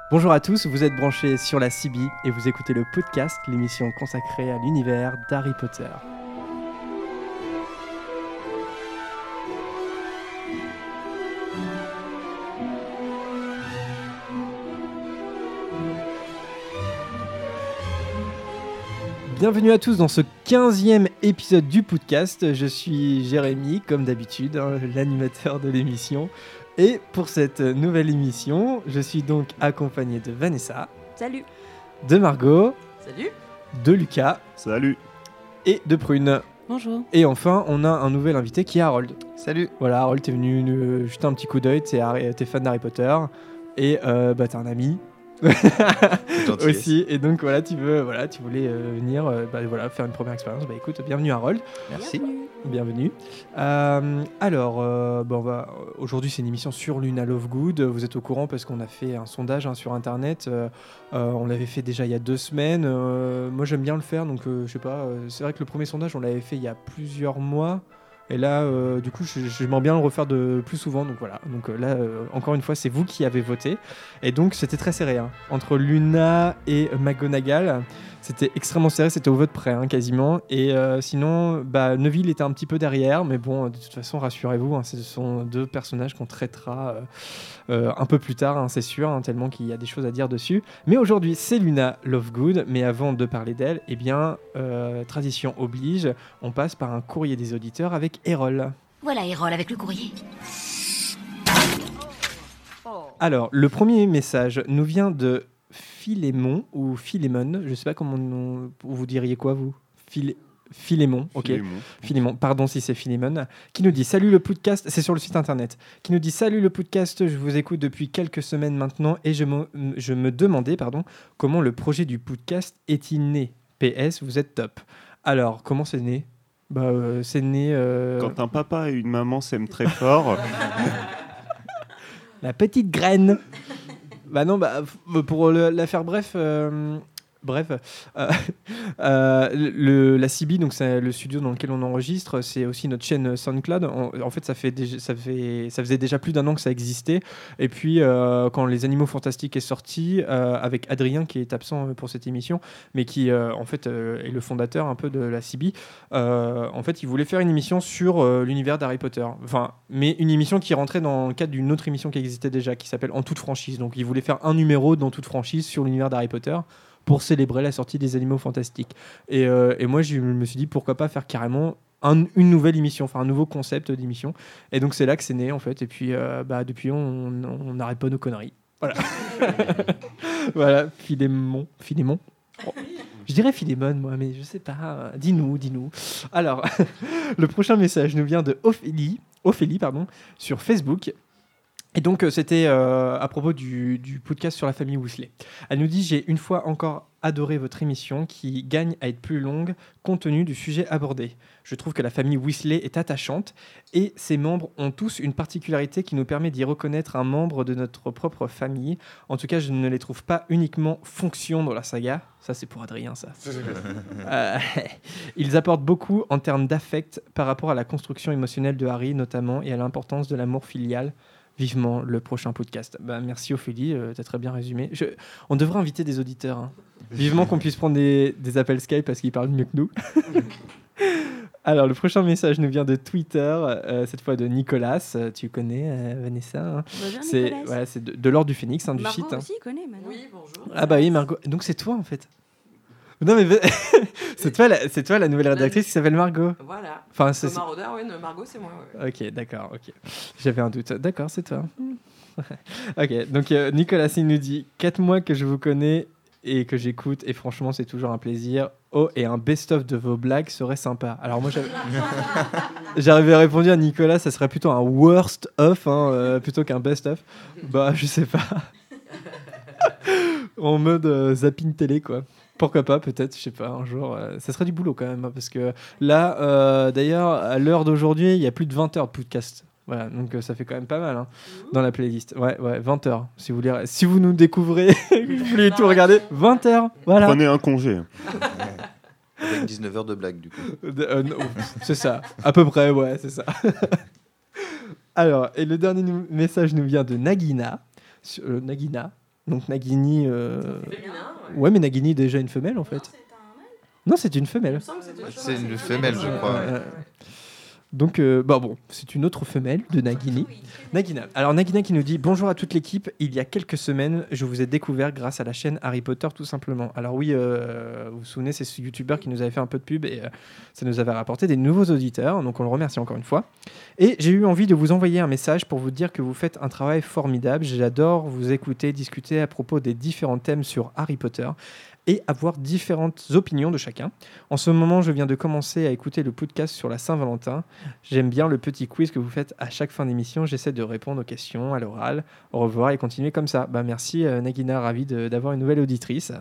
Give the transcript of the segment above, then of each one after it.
Bonjour à tous, vous êtes branchés sur la CB et vous écoutez le podcast, l'émission consacrée à l'univers d'Harry Potter. Bienvenue à tous dans ce 15e épisode du podcast. Je suis Jérémy, comme d'habitude, l'animateur de l'émission. Et pour cette nouvelle émission, je suis donc accompagné de Vanessa. Salut. De Margot. Salut. De Lucas. Salut. Et de Prune. Bonjour. Et enfin, on a un nouvel invité qui est Harold. Salut. Voilà, Harold, t'es venu jeter un petit coup d'œil, t'es fan d'Harry Potter. Et t'es un ami. Aussi, et donc voilà, tu voulais venir faire une première expérience. Écoute, bienvenue Harold. Merci. Bienvenue. Aujourd'hui c'est une émission sur Luna Lovegood. Vous êtes au courant parce qu'on a fait un sondage sur internet. On l'avait fait déjà il y a 2 semaines. Moi j'aime bien le faire, donc je sais pas. C'est vrai que le premier sondage on l'avait fait il y a plusieurs mois. Et là, du coup, j'aimerais bien le refaire de plus souvent. Donc voilà. Donc là, encore une fois, c'est vous qui avez voté. Et donc, c'était très serré. Entre Luna et McGonagall, c'était extrêmement serré. C'était au vote près, quasiment. Et sinon, Neville était un petit peu derrière. Mais bon, de toute façon, rassurez-vous, ce sont 2 personnages qu'on traitera un peu plus tard, c'est sûr, tellement qu'il y a des choses à dire dessus. Mais aujourd'hui, c'est Luna Lovegood. Mais avant de parler d'elle, tradition oblige, on passe par un courrier des auditeurs avec Erol. Voilà Erol avec le courrier. Alors, le premier message nous vient de Philémon ou Philémon. Je sais pas comment vous diriez quoi, vous Philémon, ok. Philémon, pardon si c'est Philémon, qui nous dit salut le podcast, c'est sur le site internet, qui nous dit salut le podcast, je vous écoute depuis quelques semaines maintenant et je me demandais comment le projet du podcast est-il né. PS, vous êtes top. Alors, comment c'est né ? C'est né... Quand un papa et une maman s'aiment très fort. La petite graine. Pour la faire bref... la CB, donc c'est le studio dans lequel on enregistre, c'est aussi notre chaîne SoundCloud. En fait, ça faisait déjà plus d'1 an que ça existait. Et puis, quand Les Animaux Fantastiques est sorti, avec Adrien qui est absent pour cette émission, mais qui est le fondateur un peu de la CB, il voulait faire une émission sur l'univers d'Harry Potter. Mais une émission qui rentrait dans le cadre d'une autre émission qui existait déjà, qui s'appelle En toute franchise. Donc, il voulait faire un numéro dans toute franchise sur l'univers d'Harry Potter, pour célébrer la sortie des Animaux Fantastiques. Et moi, je me suis dit, pourquoi pas faire carrément une nouvelle émission, un nouveau concept d'émission. Et donc, c'est là que c'est né, en fait. Et puis, depuis, on n'arrête pas nos conneries. Voilà. Voilà, Philémon. Oh. Je dirais Philémon, moi, mais je sais pas. Dis-nous. Alors, le prochain message nous vient de Ophélie, sur Facebook. Et donc, c'était à propos du podcast sur la famille Weasley. Elle nous dit « J'ai une fois encore adoré votre émission qui gagne à être plus longue compte tenu du sujet abordé. Je trouve que la famille Weasley est attachante et ses membres ont tous une particularité qui nous permet d'y reconnaître un membre de notre propre famille. En tout cas, je ne les trouve pas uniquement fonction dans la saga. » Ça, c'est pour Adrien, ça. Ils apportent beaucoup en termes d'affect par rapport à la construction émotionnelle de Harry, notamment, et à l'importance de l'amour filial. Vivement le prochain podcast. Merci Ophélie, t'as très bien résumé. On devrait inviter des auditeurs. Vivement qu'on puisse prendre des appels Skype parce qu'ils parlent mieux que nous. Alors, le prochain message nous vient de Twitter, cette fois de Nicolas. Tu connais Vanessa Bonjour c'est, Nicolas. voilà, c'est de l'ordre du Phénix, du Margot site. aussi connaît maintenant. Oui, bonjour. Ah oui, Margot. Donc c'est toi en fait. Non mais c'est toi la nouvelle rédactrice qui s'appelle Margot. Voilà. C'est Maraudeur, oui, Margot, c'est moi. Ouais. Ok, d'accord, ok. J'avais un doute. D'accord, c'est toi. Ok, donc Nicolas, il nous dit 4 mois que je vous connais et que j'écoute, et franchement, c'est toujours un plaisir. Oh, et un best-of de vos blagues serait sympa. Alors moi, j'avais répondu à Nicolas, ça serait plutôt un worst-of plutôt qu'un best-of. Je sais pas. En mode zapping télé, quoi. Pourquoi pas, peut-être, je sais pas, un jour. Ça serait du boulot quand même, parce que là, d'ailleurs, à l'heure d'aujourd'hui, il y a plus de 20 heures de podcast. Voilà, donc ça fait quand même pas mal dans la playlist. Ouais, 20 heures. Si vous nous découvrez, vous voulez tout regarder, 20 heures, voilà. Prenez un congé. Avec 19 heures de blague, du coup. Non, c'est ça, à peu près, ouais, c'est ça. Alors, et le dernier message nous vient de Nagina. Donc Nagini. Ouais, mais Nagini est déjà une femelle en fait. Non, c'est une femelle. C'est une femelle, je crois. Donc, bon, c'est une autre femelle de Nagini. Nagina. Alors, Nagina qui nous dit « Bonjour à toute l'équipe. Il y a quelques semaines, je vous ai découvert grâce à la chaîne Harry Potter, tout simplement. » Alors oui, vous vous souvenez, c'est ce youtubeur qui nous avait fait un peu de pub et ça nous avait rapporté des nouveaux auditeurs. Donc, on le remercie encore une fois. Et j'ai eu envie de vous envoyer un message pour vous dire que vous faites un travail formidable. J'adore vous écouter, discuter à propos des différents thèmes sur Harry Potter et avoir différentes opinions de chacun. En ce moment, je viens de commencer à écouter le podcast sur la Saint-Valentin. J'aime bien le petit quiz que vous faites à chaque fin d'émission. J'essaie de répondre aux questions à l'oral. Au revoir et continuez comme ça. Merci Nagina, ravi d'avoir une nouvelle auditrice.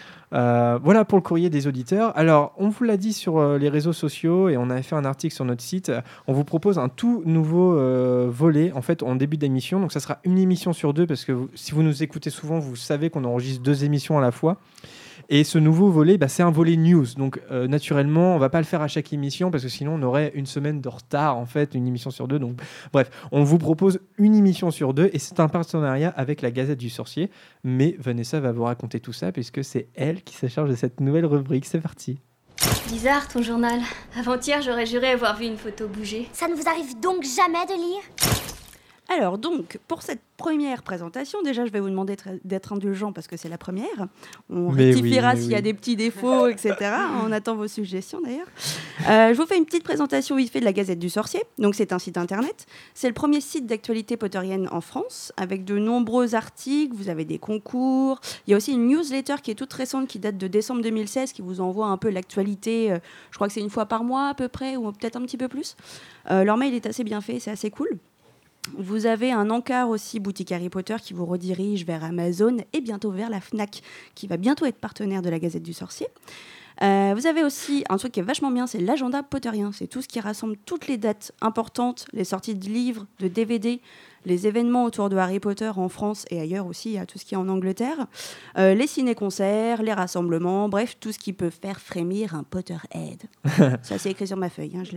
Voilà pour le courrier des auditeurs. Alors, on vous l'a dit sur les réseaux sociaux et on avait fait un article sur notre site. On vous propose un tout nouveau volet, en fait, en début d'émission. Donc, ça sera une émission sur 2 parce que si vous nous écoutez souvent, vous savez qu'on enregistre 2 émissions à la fois. Et ce nouveau volet, c'est un volet news. Donc, naturellement, on ne va pas le faire à chaque émission parce que sinon, on aurait une semaine de retard, en fait, une émission sur 2. Donc, bref, on vous propose une émission sur 2 et c'est un partenariat avec la Gazette du Sorcier. Mais Vanessa va vous raconter tout ça puisque c'est elle qui se charge de cette nouvelle rubrique. C'est parti. Bizarre ton journal. Avant-hier, j'aurais juré avoir vu une photo bouger. Ça ne vous arrive donc jamais de lire ? Alors donc, pour cette première présentation, déjà je vais vous demander d'être indulgent parce que c'est la première. On rectifiera s'il y a des petits défauts, etc. On attend vos suggestions d'ailleurs. Je vous fais une petite présentation vite fait de la Gazette du Sorcier. Donc c'est un site internet. C'est le premier site d'actualité potterienne en France avec de nombreux articles. Vous avez des concours. Il y a aussi une newsletter qui est toute récente qui date de décembre 2016 qui vous envoie un peu l'actualité. Je crois que c'est une fois par mois à peu près ou peut-être un petit peu plus. Leur mail est assez bien fait, c'est assez cool. Vous avez un encart aussi, boutique Harry Potter, qui vous redirige vers Amazon et bientôt vers la Fnac, qui va bientôt être partenaire de la Gazette du Sorcier. Vous avez aussi un truc qui est vachement bien, c'est l'agenda potterien. C'est tout ce qui rassemble toutes les dates importantes, les sorties de livres, de DVD, les événements autour de Harry Potter en France et ailleurs aussi, il y a tout ce qui est en Angleterre, les ciné-concerts, les rassemblements, bref, tout ce qui peut faire frémir un Potterhead. Ça, c'est écrit sur ma feuille, je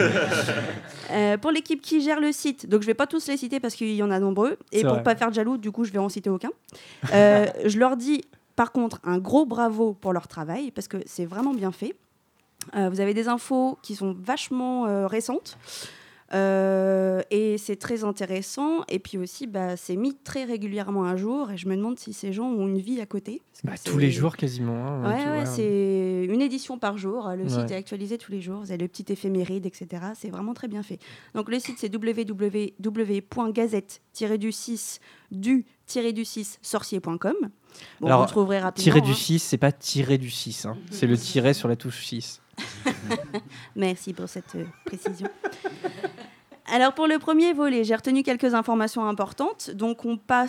l'ai pour l'équipe qui gère le site, donc je ne vais pas tous les citer parce qu'il y en a nombreux, et pour ne pas faire de jaloux, du coup, je vais en citer aucun. Je leur dis, par contre, un gros bravo pour leur travail, parce que c'est vraiment bien fait. Vous avez des infos qui sont vachement récentes, et c'est très intéressant. Et puis aussi, c'est mis très régulièrement à jour. Et je me demande si ces gens ont une vie à côté. Tous les jours quasiment. C'est une édition par jour. Le site est actualisé tous les jours. Vous avez le petit éphéméride, etc. C'est vraiment très bien fait. Donc le site, c'est www.gazette-du-6sorcier.com. Bon, alors, vous trouverez rapidement. Tiré du 6, c'est pas tiré du 6. C'est le tiret sur la touche 6. Merci pour cette précision. Alors pour le premier volet, j'ai retenu quelques informations importantes. Donc on part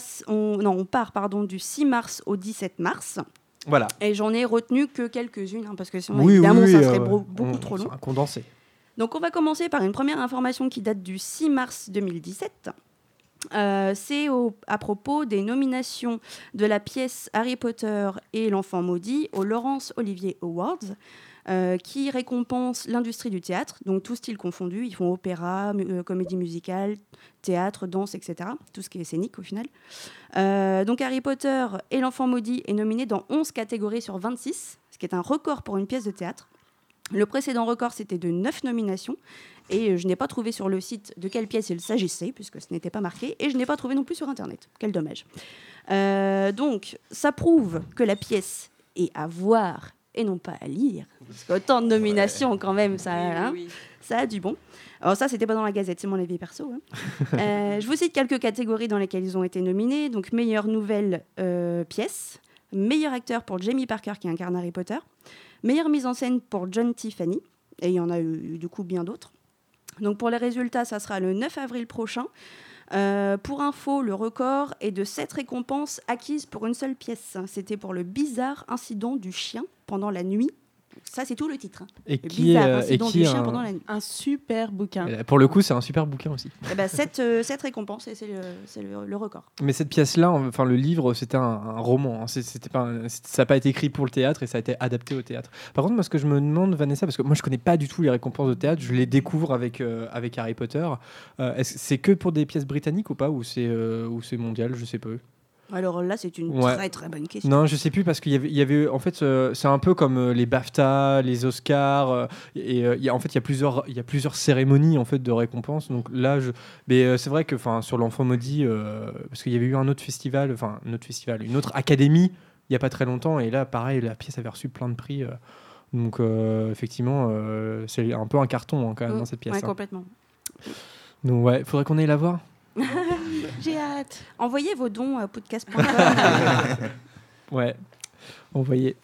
du 6 mars au 17 mars. Voilà. Et j'en ai retenu que quelques-unes, parce que sinon évidemment ça serait beaucoup trop long. Un condensé. Donc on va commencer par une première information qui date du 6 mars 2017. C'est à propos des nominations de la pièce Harry Potter et l'enfant maudit aux Laurence Olivier Awards, qui récompense l'industrie du théâtre, donc tout style confondu. Ils font opéra, comédie musicale, théâtre, danse, etc. Tout ce qui est scénique au final. Donc Harry Potter et l'enfant maudit est nominé dans 11 catégories sur 26, ce qui est un record pour une pièce de théâtre. Le précédent record, c'était de 9 nominations. Et je n'ai pas trouvé sur le site de quelle pièce il s'agissait, puisque ce n'était pas marqué. Et je n'ai pas trouvé non plus sur Internet. Quel dommage. Donc, ça prouve que la pièce est à voir et non pas à lire. Parce qu'autant de nominations, quand même, ça a du bon. Alors ça, c'était pas dans la Gazette, c'est mon avis perso. Je vous cite quelques catégories dans lesquelles ils ont été nominés. Donc, meilleure nouvelle pièce. Meilleur acteur pour Jamie Parker, qui incarne Harry Potter. Meilleure mise en scène pour John Tiffany. Et il y en a eu du coup bien d'autres. Donc pour les résultats, ça sera le 9 avril prochain. Pour info, le record est de 7 récompenses acquises pour une seule pièce. C'était pour le bizarre incident du chien pendant la nuit. Ça, c'est tout le titre. Et le bizarre incident du chien pendant la nuit. Un super bouquin. Pour le coup, c'est un super bouquin aussi. 7 récompenses, et c'est le record. Mais cette pièce-là, enfin le livre, c'était un roman. Ça n'a pas été écrit pour le théâtre et ça a été adapté au théâtre. Par contre, moi, ce que je me demande, Vanessa, parce que moi, je connais pas du tout les récompenses de théâtre, je les découvre avec Harry Potter. C'est que pour des pièces britanniques ou pas, ou c'est mondial, je sais pas. Alors là, c'est une très très bonne question. Non, je sais plus parce qu'il y avait en fait, c'est un peu comme les BAFTA, les Oscars, en fait, il y a plusieurs cérémonies en fait de récompenses. Donc là, mais c'est vrai que, sur l'Enfant maudit, parce qu'il y avait eu un autre festival, une autre académie il y a pas très longtemps, et là, pareil, la pièce avait reçu plein de prix. Donc effectivement, c'est un peu un carton quand même dans cette pièce. Ouais, complètement. Donc ouais, faudrait qu'on aille la voir. J'ai hâte. Envoyez vos dons à podcast.com. Ouais, envoyez.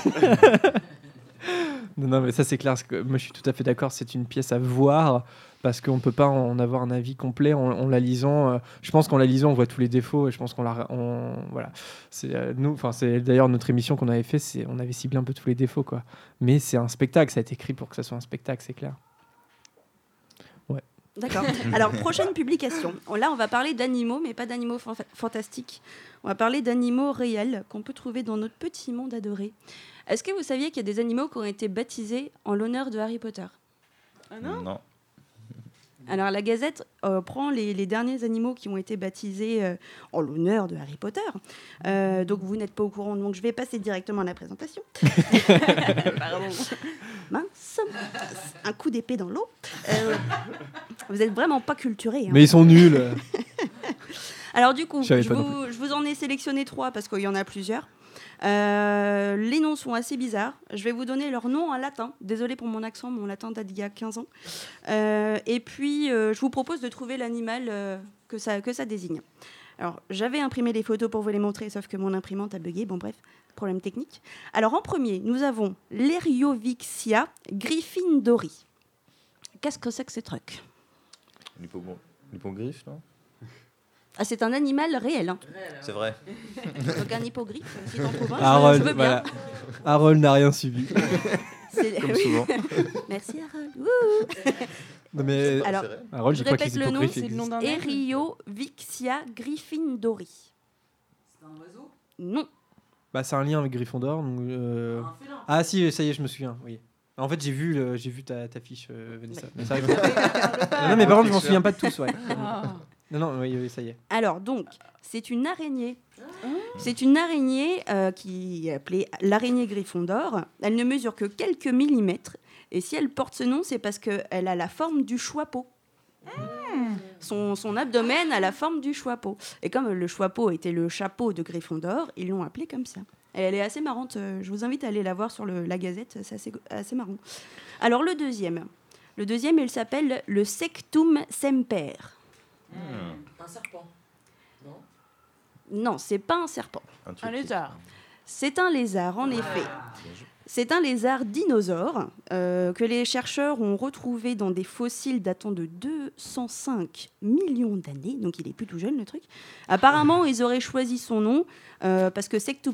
non, mais ça c'est clair. Moi, je suis tout à fait d'accord. C'est une pièce à voir parce qu'on peut pas en avoir un avis complet en la lisant. Je pense qu'en la lisant, on voit tous les défauts. Et je pense voilà. C'est c'est d'ailleurs notre émission qu'on avait fait. On avait ciblé un peu tous les défauts, quoi. Mais c'est un spectacle. Ça a été écrit pour que ça soit un spectacle, c'est clair. Ouais. D'accord. Alors, prochaine publication. Là, on va parler d'animaux, mais pas d'animaux fantastiques. On va parler d'animaux réels qu'on peut trouver dans notre petit monde adoré. Est-ce que vous saviez qu'il y a des animaux qui ont été baptisés en l'honneur de Harry Potter ? Ah non ? Non. Alors, la Gazette prend les derniers animaux qui ont été baptisés en l'honneur de Harry Potter. Donc, vous n'êtes pas au courant, donc je vais passer directement à la présentation. Pardon. Mince. Un coup d'épée dans l'eau. Vous n'êtes vraiment pas culturés. Hein. Mais ils sont nuls. Alors, du coup, je vous en ai sélectionné 3 parce qu'il y en a plusieurs. Les noms sont assez bizarres. Je vais vous donner leur nom en latin. Désolée pour mon accent, mon latin date d'il y a 15 ans. Et puis, je vous propose de trouver l'animal que ça désigne. Alors, j'avais imprimé les photos pour vous les montrer, sauf que mon imprimante a bugué. Bon, bref, problème technique. Alors, en premier, nous avons l'Eriovixia gryffindori. Qu'est-ce que c'est que ces trucs ? L'hippogriffe, non ? Ah, c'est un animal réel. Hein. C'est vrai. Donc un hippogriffe, si t'en trouves un, Harold, je veux bien. voilà. Harold n'a rien subi. Comme souvent. Merci Harold. Non, mais alors, Harold, je crois que répète les le nom, hippogriffes c'est le nom existent. d'un Eriovixia gryffindori. C'est un oiseau ? Non. Bah, c'est un lien avec Gryffondor. Donc, Un félin. Ah si, ça y est, je me souviens. Oui. En fait, j'ai vu ta fiche, Vanessa. Mais ça non, mais par contre, je m'en souviens pas de tous. Ouais. Non, oui, ça y est. Alors, donc, c'est une araignée. C'est une araignée qui est appelée l'araignée Gryffondor. Elle ne mesure que quelques millimètres. Et si elle porte ce nom, c'est parce qu'elle a la forme du choix-peau. Son abdomen a la forme du choix-peau. Et comme le choix-peau était le chapeau de Gryffondor, ils l'ont appelée comme ça. Et elle est assez marrante. Je vous invite à aller la voir sur la Gazette. C'est assez marrant. Alors, le deuxième, il s'appelle le Sectum Semper. Un serpent. Non ? Non, c'est pas un serpent. Un lézard. C'est un lézard, en effet. C'est un lézard dinosaure que les chercheurs ont retrouvé dans des fossiles datant de 205 millions d'années. Donc, il est plus tout jeune, le truc. Apparemment, ils auraient choisi son nom parce que Sectum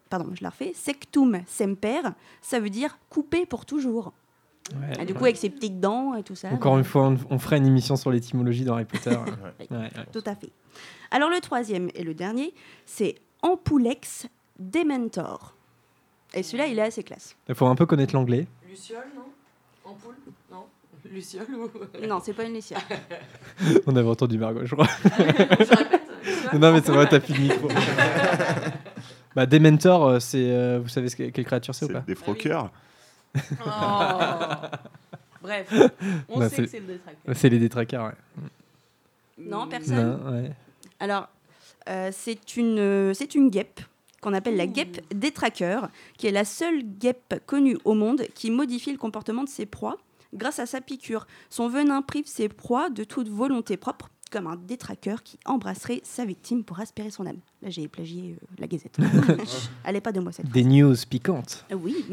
Semper, ça veut dire coupé pour toujours. Ouais, et du coup, avec ses petites dents et tout ça. Encore une fois, on ferait une émission sur l'étymologie dans Harry Potter. Ouais. Tout à fait. Alors, le troisième et le dernier, c'est Ampulex dementor. Et celui-là, il est assez classe. Il faut un peu connaître l'anglais. Luciole, non ? Ampoule ? Non. Luciole ou... Non, c'est pas une luciole. On avait entendu Margot, je crois. Je répète. Luciole. Non, mais c'est vrai, t'as plus de micro. Bah, Dementor, c'est, vous savez quelle créature c'est ou pas ? Des froqueurs. Oh. Bref, on Non, sait que c'est le détracteur. C'est les détraqueurs, ouais. Non, personne. Non, ouais. Alors, c'est une guêpe qu'on appelle la guêpe détraqueur, qui est la seule guêpe connue au monde qui modifie le comportement de ses proies grâce à sa piqûre. Son venin prive ses proies de toute volonté propre, comme un détraqueur qui embrasserait sa victime pour aspirer son âme. Là, j'ai plagié la Gazette. Elle n'est pas de moi, cette fois. Des news piquantes. Oui.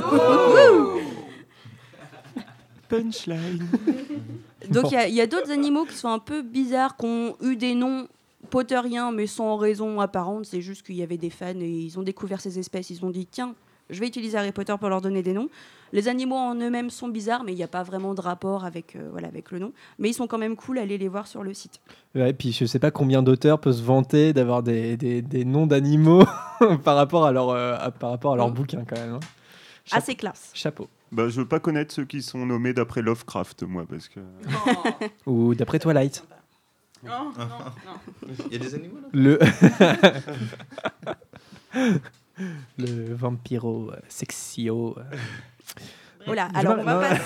Punchline. Donc, il y a d'autres animaux qui sont un peu bizarres, qui ont eu des noms potteriens, mais sans raison apparente. C'est juste qu'il y avait des fans et ils ont découvert ces espèces. Ils ont dit, tiens, je vais utiliser Harry Potter pour leur donner des noms. Les animaux en eux-mêmes sont bizarres, mais il n'y a pas vraiment de rapport avec le nom. Mais ils sont quand même cool, allez les voir sur le site. Ouais, puis je sais pas combien d'auteurs peuvent se vanter d'avoir des noms d'animaux par rapport à leur bouquin, quand même. Hein. Assez classe. Chapeau. Bah, je veux pas connaître ceux qui sont nommés d'après Lovecraft, moi, parce que... Ou d'après Twilight. Non, non. Il y a des animaux là. Le vampiro sexio. Voilà, alors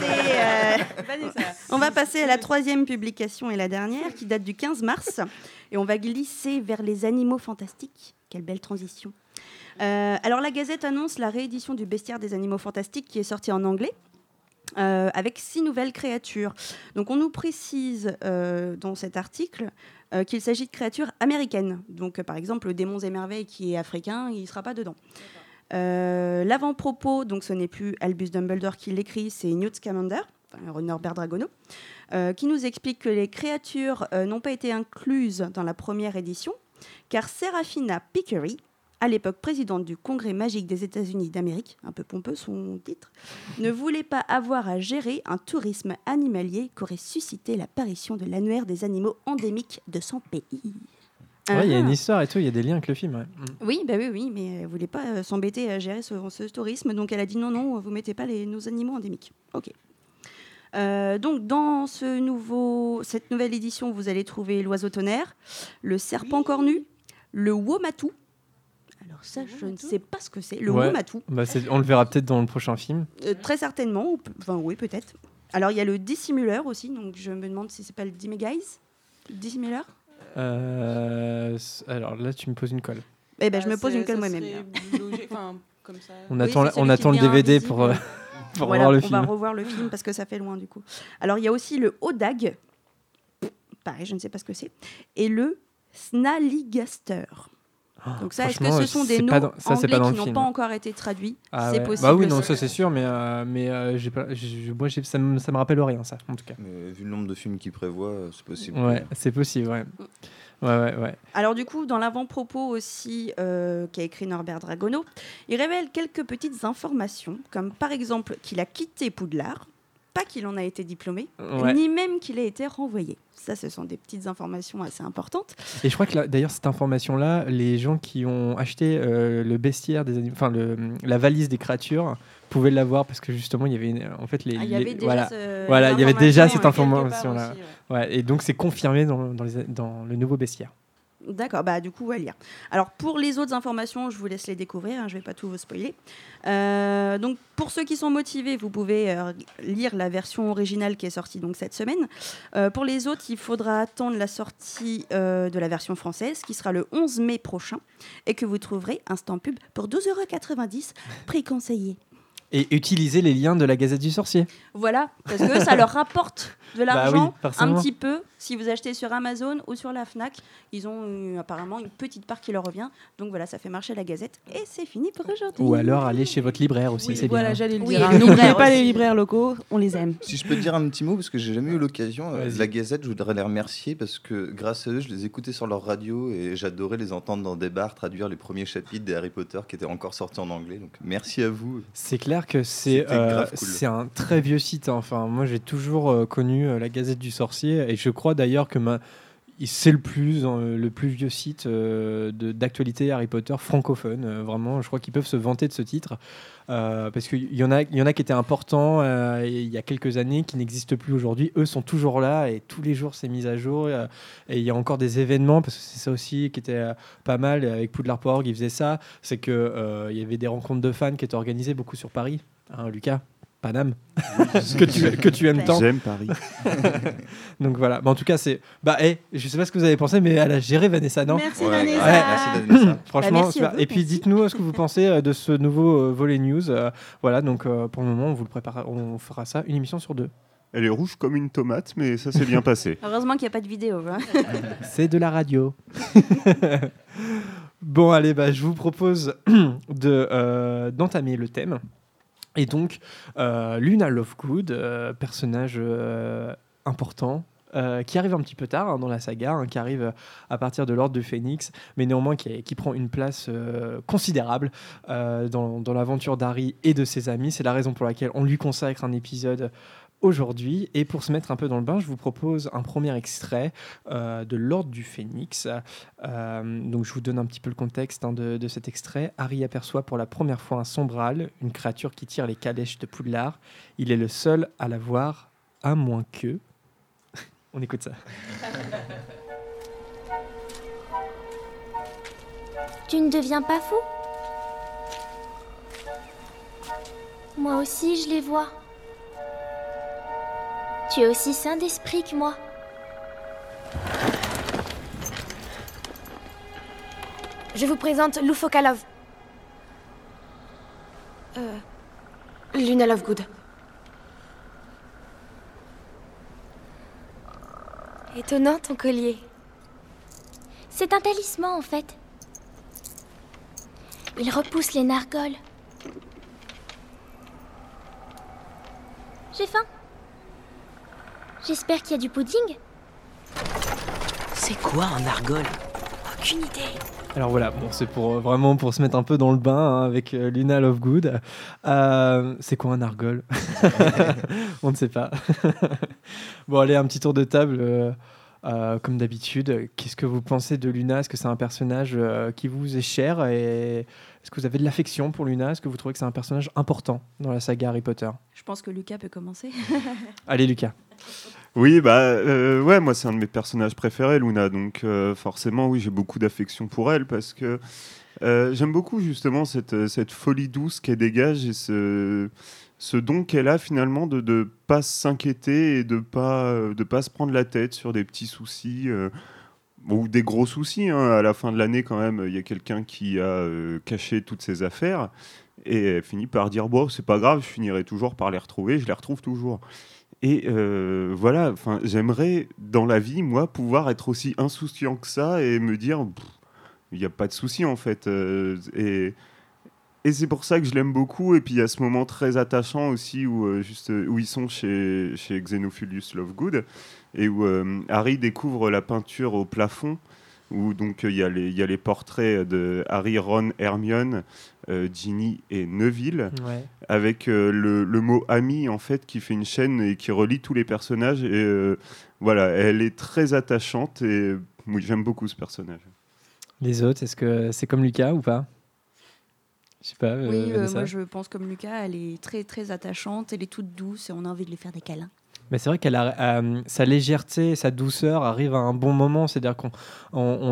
on va passer à la troisième publication et la dernière qui date du 15 mars et on va glisser vers les animaux fantastiques. Quelle belle transition. Alors la Gazette annonce la réédition du Bestiaire des animaux fantastiques qui est sorti en anglais. Avec 6 nouvelles créatures. Donc on nous précise dans cet article qu'il s'agit de créatures américaines. Donc par exemple le démon et merveilles qui est africain, il ne sera pas dedans. L'avant-propos, donc ce n'est plus Albus Dumbledore qui l'écrit, c'est Newt Scamander, Norbert Dragono, qui nous explique que les créatures n'ont pas été incluses dans la première édition, car Serafina Pickery, à l'époque présidente du Congrès magique des États-Unis d'Amérique, un peu pompeux son titre, ne voulait pas avoir à gérer un tourisme animalier qu'aurait suscité l'apparition de l'annuaire des animaux endémiques de son pays. Ouais, il y a une histoire et tout, il y a des liens avec le film. Ouais. Oui, oui, mais elle ne voulait pas s'embêter à gérer ce tourisme, donc elle a dit non, vous ne mettez pas nos animaux endémiques. Ok. Donc dans cette nouvelle édition, vous allez trouver l'oiseau tonnerre, le serpent cornu, le womatou. Alors ça, je ne sais pas ce que c'est. Le womatou. Bah on le verra peut-être dans le prochain film. Très certainement. Oui, peut-être. Alors il y a le dissimuleur aussi, donc je me demande si c'est pas le Dimeguise. Dissimuleur. Alors là, tu me poses une colle. Eh ben, je me pose une colle moi-même. Comme ça. On attend le DVD pour voir le film. On va revoir le film parce que ça fait loin du coup. Alors il y a aussi le Odag. Pareil, je ne sais pas ce que c'est. Et le Snallygaster. Donc ça, est-ce que ce sont des noms anglais qui n'ont pas encore été traduits? C'est possible. Bah oui, non, ça c'est sûr, mais ça me rappelle rien, ça, en tout cas. Mais vu le nombre de films qu'il prévoit, c'est possible. Ouais, c'est possible, ouais. Ouais. Alors du coup, dans l'avant-propos aussi qu'a écrit Norbert Dragono, il révèle quelques petites informations, comme par exemple qu'il a quitté Poudlard, pas qu'il en a été diplômé, ni même qu'il a été renvoyé. Ça, ce sont des petites informations assez importantes. Et je crois que d'ailleurs, cette information-là, les gens qui ont acheté le bestiaire des animaux, enfin la valise des créatures, pouvaient l'avoir parce que justement, il y avait il y avait déjà cette information-là. Ouais, et donc, c'est confirmé dans le nouveau bestiaire. D'accord, bah du coup, on va lire. Alors, pour les autres informations, je vous laisse les découvrir, je ne vais pas tout vous spoiler. Donc, pour ceux qui sont motivés, vous pouvez lire la version originale qui est sortie donc, cette semaine. Pour les autres, il faudra attendre la sortie de la version française, qui sera le 11 mai prochain, et que vous trouverez instant pub pour 12,90 €, prix conseillé. Et utiliser les liens de la Gazette du Sorcier. Voilà, parce que ça leur rapporte de l'argent un petit peu. Si vous achetez sur Amazon ou sur la Fnac, ils ont apparemment une petite part qui leur revient. Donc voilà, ça fait marcher la Gazette. Et c'est fini pour aujourd'hui. Ou alors aller chez votre libraire aussi, c'est voilà, bien. J'allais le Oui, dire. N'oubliez pas les libraires locaux, on les aime. Si je peux te dire un petit mot, parce que j'ai jamais eu l'occasion, la Gazette, je voudrais les remercier parce que grâce à eux, je les écoutais sur leur radio et j'adorais les entendre dans des bars traduire les premiers chapitres des Harry Potter qui étaient encore sortis en anglais. Donc merci à vous. C'est clair que c'est un très vieux site. Hein. Enfin, moi, j'ai toujours connu la Gazette du Sorcier et je crois d'ailleurs que c'est le plus vieux site d'actualité Harry Potter francophone. Vraiment, je crois qu'ils peuvent se vanter de ce titre parce qu'il y en a qui étaient importants il y a quelques années, qui n'existent plus aujourd'hui. Eux sont toujours là et tous les jours c'est mis à jour. Et il y a encore des événements parce que c'est ça aussi qui était pas mal avec Poudlard.org. Ils faisaient ça. C'est que il y avait des rencontres de fans qui étaient organisées beaucoup sur Paris. Hein, Lucas? Paname, que tu aimes tant. J'aime Paris. Donc voilà. En tout cas, c'est. Je sais pas ce que vous avez pensé, mais elle a géré Vanessa, non? Merci Vanessa. Merci Vanessa. Franchement, merci à vous, et puis dites-nous ce que vous pensez de ce nouveau volet news. Voilà. Donc pour le moment, on vous le prépare. On fera ça une émission sur 2. Elle est rouge comme une tomate, mais ça s'est bien passé. Heureusement qu'il n'y a pas de vidéo. Hein. C'est de la radio. Bon, allez, je vous propose d'entamer le thème. Et donc, Luna Lovegood, personnage important, qui arrive un petit peu tard dans la saga, qui arrive à partir de l'Ordre du Phénix, mais néanmoins qui prend une place considérable dans l'aventure d'Harry et de ses amis. C'est la raison pour laquelle on lui consacre un épisode aujourd'hui. Et pour se mettre un peu dans le bain, je vous propose un premier extrait de l'Ordre du Phénix. Donc je vous donne un petit peu le contexte de cet extrait. Harry aperçoit pour la première fois un sombral, une créature qui tire les calèches de Poudlard. Il est le seul à la voir, à moins que... On écoute ça. Tu ne deviens pas fou? Moi aussi, je les vois. Tu es aussi sain d'esprit que moi. Je vous présente Lou Fokalov. Luna Lovegood. Étonnant ton collier. C'est un talisman en fait. Il repousse les nargoles. J'ai faim. J'espère qu'il y a du pudding. C'est quoi un nargole? Aucune idée. Alors voilà, bon, c'est vraiment pour se mettre un peu dans le bain hein, avec Luna Lovegood. C'est quoi un nargole? On ne sait pas. Bon, allez, un petit tour de table. Comme d'habitude, qu'est-ce que vous pensez de Luna? Est-ce que c'est un personnage qui vous est cher? Et est-ce que vous avez de l'affection pour Luna? Est-ce que vous trouvez que c'est un personnage important dans la saga Harry Potter? Je pense que Lucas peut commencer. Allez, Lucas. Oui, ouais, moi c'est un de mes personnages préférés, Luna, donc forcément, oui, j'ai beaucoup d'affection pour elle parce que j'aime beaucoup justement cette folie douce qu'elle dégage et ce don qu'elle a finalement de pas s'inquiéter et de pas se prendre la tête sur des petits soucis ou des gros soucis. Hein. À la fin de l'année, quand même, il y a quelqu'un qui a caché toutes ses affaires et elle finit par dire bon, c'est pas grave, je finirai toujours par les retrouver, je les retrouve toujours. Et voilà, j'aimerais dans la vie, moi, pouvoir être aussi insouciant que ça et me dire il n'y a pas de souci en fait. Et c'est pour ça que je l'aime beaucoup. Et puis il y a ce moment très attachant aussi où ils sont chez Xenophilius Lovegood et où Harry découvre la peinture au plafond. Où donc il y a les portraits de Harry, Ron, Hermione, Ginny et Neville, ouais. Avec le mot ami en fait qui fait une chaîne et qui relie tous les personnages. Et voilà, elle est très attachante et oui, j'aime beaucoup ce personnage. Les autres, est-ce que c'est comme Lucas ou pas? Je sais pas. Oui, moi je pense comme Lucas, elle est très très attachante, elle est toute douce et on a envie de lui faire des câlins. Mais c'est vrai qu'elle a sa légèreté, sa douceur arrive à un bon moment. C'est-à-dire qu'on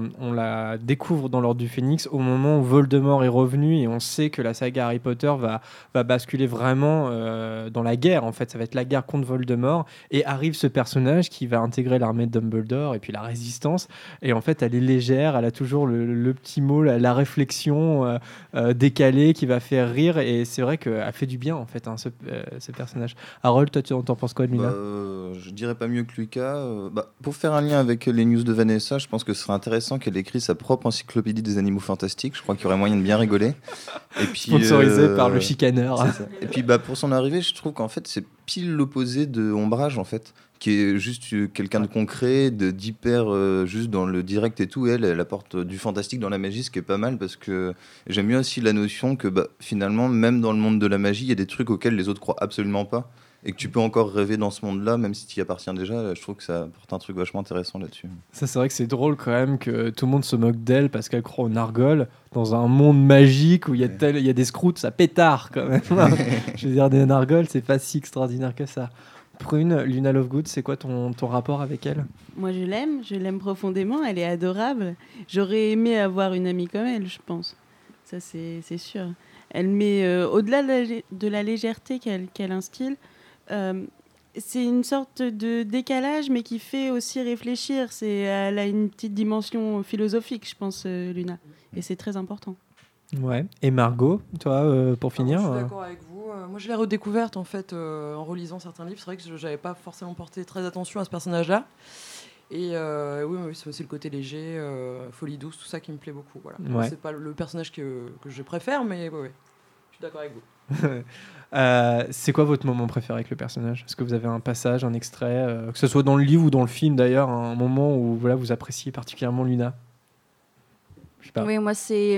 la découvre dans l'Ordre du Phénix au moment où Voldemort est revenu et on sait que la saga Harry Potter va basculer vraiment dans la guerre. En fait, ça va être la guerre contre Voldemort et arrive ce personnage qui va intégrer l'armée de Dumbledore et puis la Résistance. Et en fait, elle est légère, elle a toujours le petit mot, la réflexion décalée qui va faire rire. Et c'est vrai qu'elle fait du bien en fait, hein, ce personnage. Harold, toi, tu en penses quoi? Je dirais pas mieux que Lucas. Pour faire un lien avec les news de Vanessa, je pense que ce serait intéressant qu'elle écrive sa propre encyclopédie des animaux fantastiques. Je crois qu'il y aurait moyen de bien rigoler. Et puis, sponsorisé par le chicaneur. Et puis pour son arrivée, je trouve qu'en fait c'est pile l'opposé de Ombrage en fait, qui est juste quelqu'un de concret, d'hyper juste dans le direct et tout. Elle apporte du fantastique dans la magie, ce qui est pas mal parce que j'aime bien aussi la notion que finalement même dans le monde de la magie, il y a des trucs auxquels les autres croient absolument pas. Et que tu peux encore rêver dans ce monde-là, même si tu y appartiens déjà. Je trouve que ça apporte un truc vachement intéressant là-dessus. Ça, c'est vrai que c'est drôle quand même que tout le monde se moque d'elle parce qu'elle croit aux nargoles dans un monde magique où il y a des scrouts, ça pétard quand même. Je veux dire, des nargoles, c'est pas si extraordinaire que ça. Prune, Luna Lovegood, c'est quoi ton rapport avec elle? Moi, je l'aime profondément, elle est adorable. J'aurais aimé avoir une amie comme elle, je pense. Ça, c'est sûr. Elle met, au-delà de la légèreté qu'elle instille, c'est une sorte de décalage, mais qui fait aussi réfléchir. Elle a une petite dimension philosophique, je pense, Luna. Et c'est très important. Ouais. Et Margot, toi, pour finir Je suis d'accord avec vous. Moi, je l'ai redécouverte, en fait, en relisant certains livres. C'est vrai que je n'avais pas forcément porté très attention à ce personnage-là. Et oui, c'est aussi le côté léger, folie douce, tout ça qui me plaît beaucoup. Voilà. Ouais. C'est pas le personnage que je préfère, mais ouais. Je suis d'accord avec vous. C'est quoi votre moment préféré avec le personnage? Est-ce que vous avez un passage, un extrait, que ce soit dans le livre ou dans le film d'ailleurs, un moment où vous appréciez particulièrement Luna? Je sais pas. Oui, moi c'est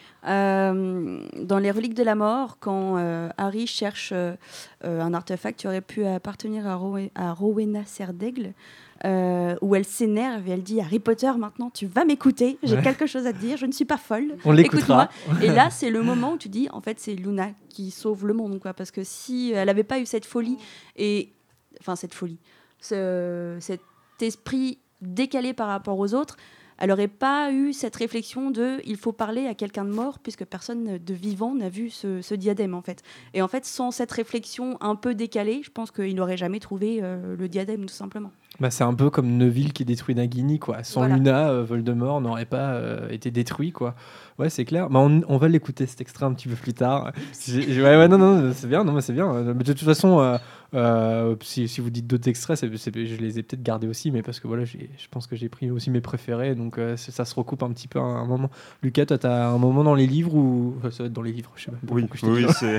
dans les Reliques de la Mort, quand Harry cherche un artefact qui aurait pu appartenir à Rowena Serdaigle, où elle s'énerve et elle dit Harry Potter, maintenant tu vas m'écouter, j'ai quelque chose à te dire, je ne suis pas folle, on l'écoutera. Et là c'est le moment où tu dis en fait c'est Luna qui sauve le monde, quoi, parce que si elle n'avait pas eu cette folie cet esprit décalé par rapport aux autres, elle n'aurait pas eu cette réflexion de il faut parler à quelqu'un de mort puisque personne de vivant n'a vu ce diadème en fait. Et en fait, sans cette réflexion un peu décalée, je pense qu'il n'aurait jamais trouvé le diadème tout simplement. Bah, c'est un peu comme Neville qui détruit Nagini, quoi. Sans Luna, Voldemort n'aurait pas été détruit, quoi. Ouais, c'est clair. Bah, on va l'écouter cet extrait un petit peu plus tard. Non, c'est bien. Non, c'est bien. Mais de toute façon, si vous dites d'autres extraits, je les ai peut-être gardés aussi, mais parce que voilà, je pense que j'ai pris aussi mes préférés, donc ça se recoupe un petit peu à un moment. Lucas, toi, t'as un moment dans les livres ou ça va être dans les livres, je sais pas. Oui, c'est.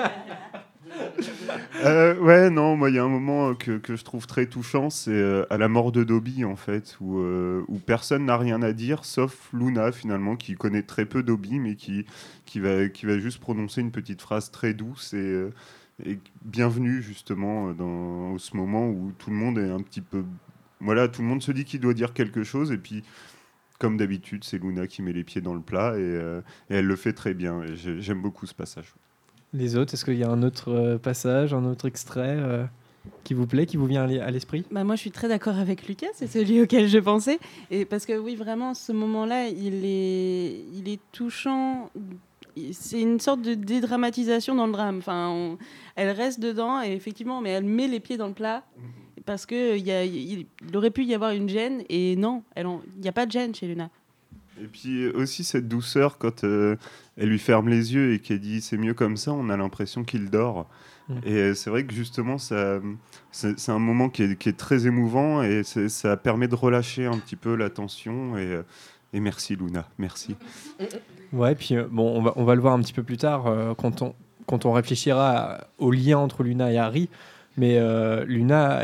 Non, moi il y a un moment que je trouve très touchant, c'est à la mort de Dobby en fait, où personne n'a rien à dire sauf Luna finalement, qui connaît très peu Dobby, mais qui va juste prononcer une petite phrase très douce et bienvenue justement dans ce moment où tout le monde est un petit peu, voilà, tout le monde se dit qu'il doit dire quelque chose et puis comme d'habitude c'est Luna qui met les pieds dans le plat et elle le fait très bien et j'aime beaucoup ce passage. Les autres, est-ce qu'il y a un autre passage, un autre extrait qui vous plaît, qui vous vient à l'esprit ? Moi, je suis très d'accord avec Lucas, c'est celui auquel je pensais. Et parce que oui, vraiment, ce moment-là, il est touchant. C'est une sorte de dédramatisation dans le drame. Enfin, elle reste dedans, et effectivement, mais elle met les pieds dans le plat. Parce qu'il aurait pu y avoir une gêne, et non, il n'y a pas de gêne chez Luna. Et puis aussi cette douceur quand elle lui ferme les yeux et qu'elle dit c'est mieux comme ça, on a l'impression qu'il dort. Et c'est vrai que justement c'est un moment qui est très émouvant et ça permet de relâcher un petit peu la tension et merci Luna, merci. Ouais, puis on va le voir un petit peu plus tard quand on réfléchira au lien entre Luna et Harry, mais Luna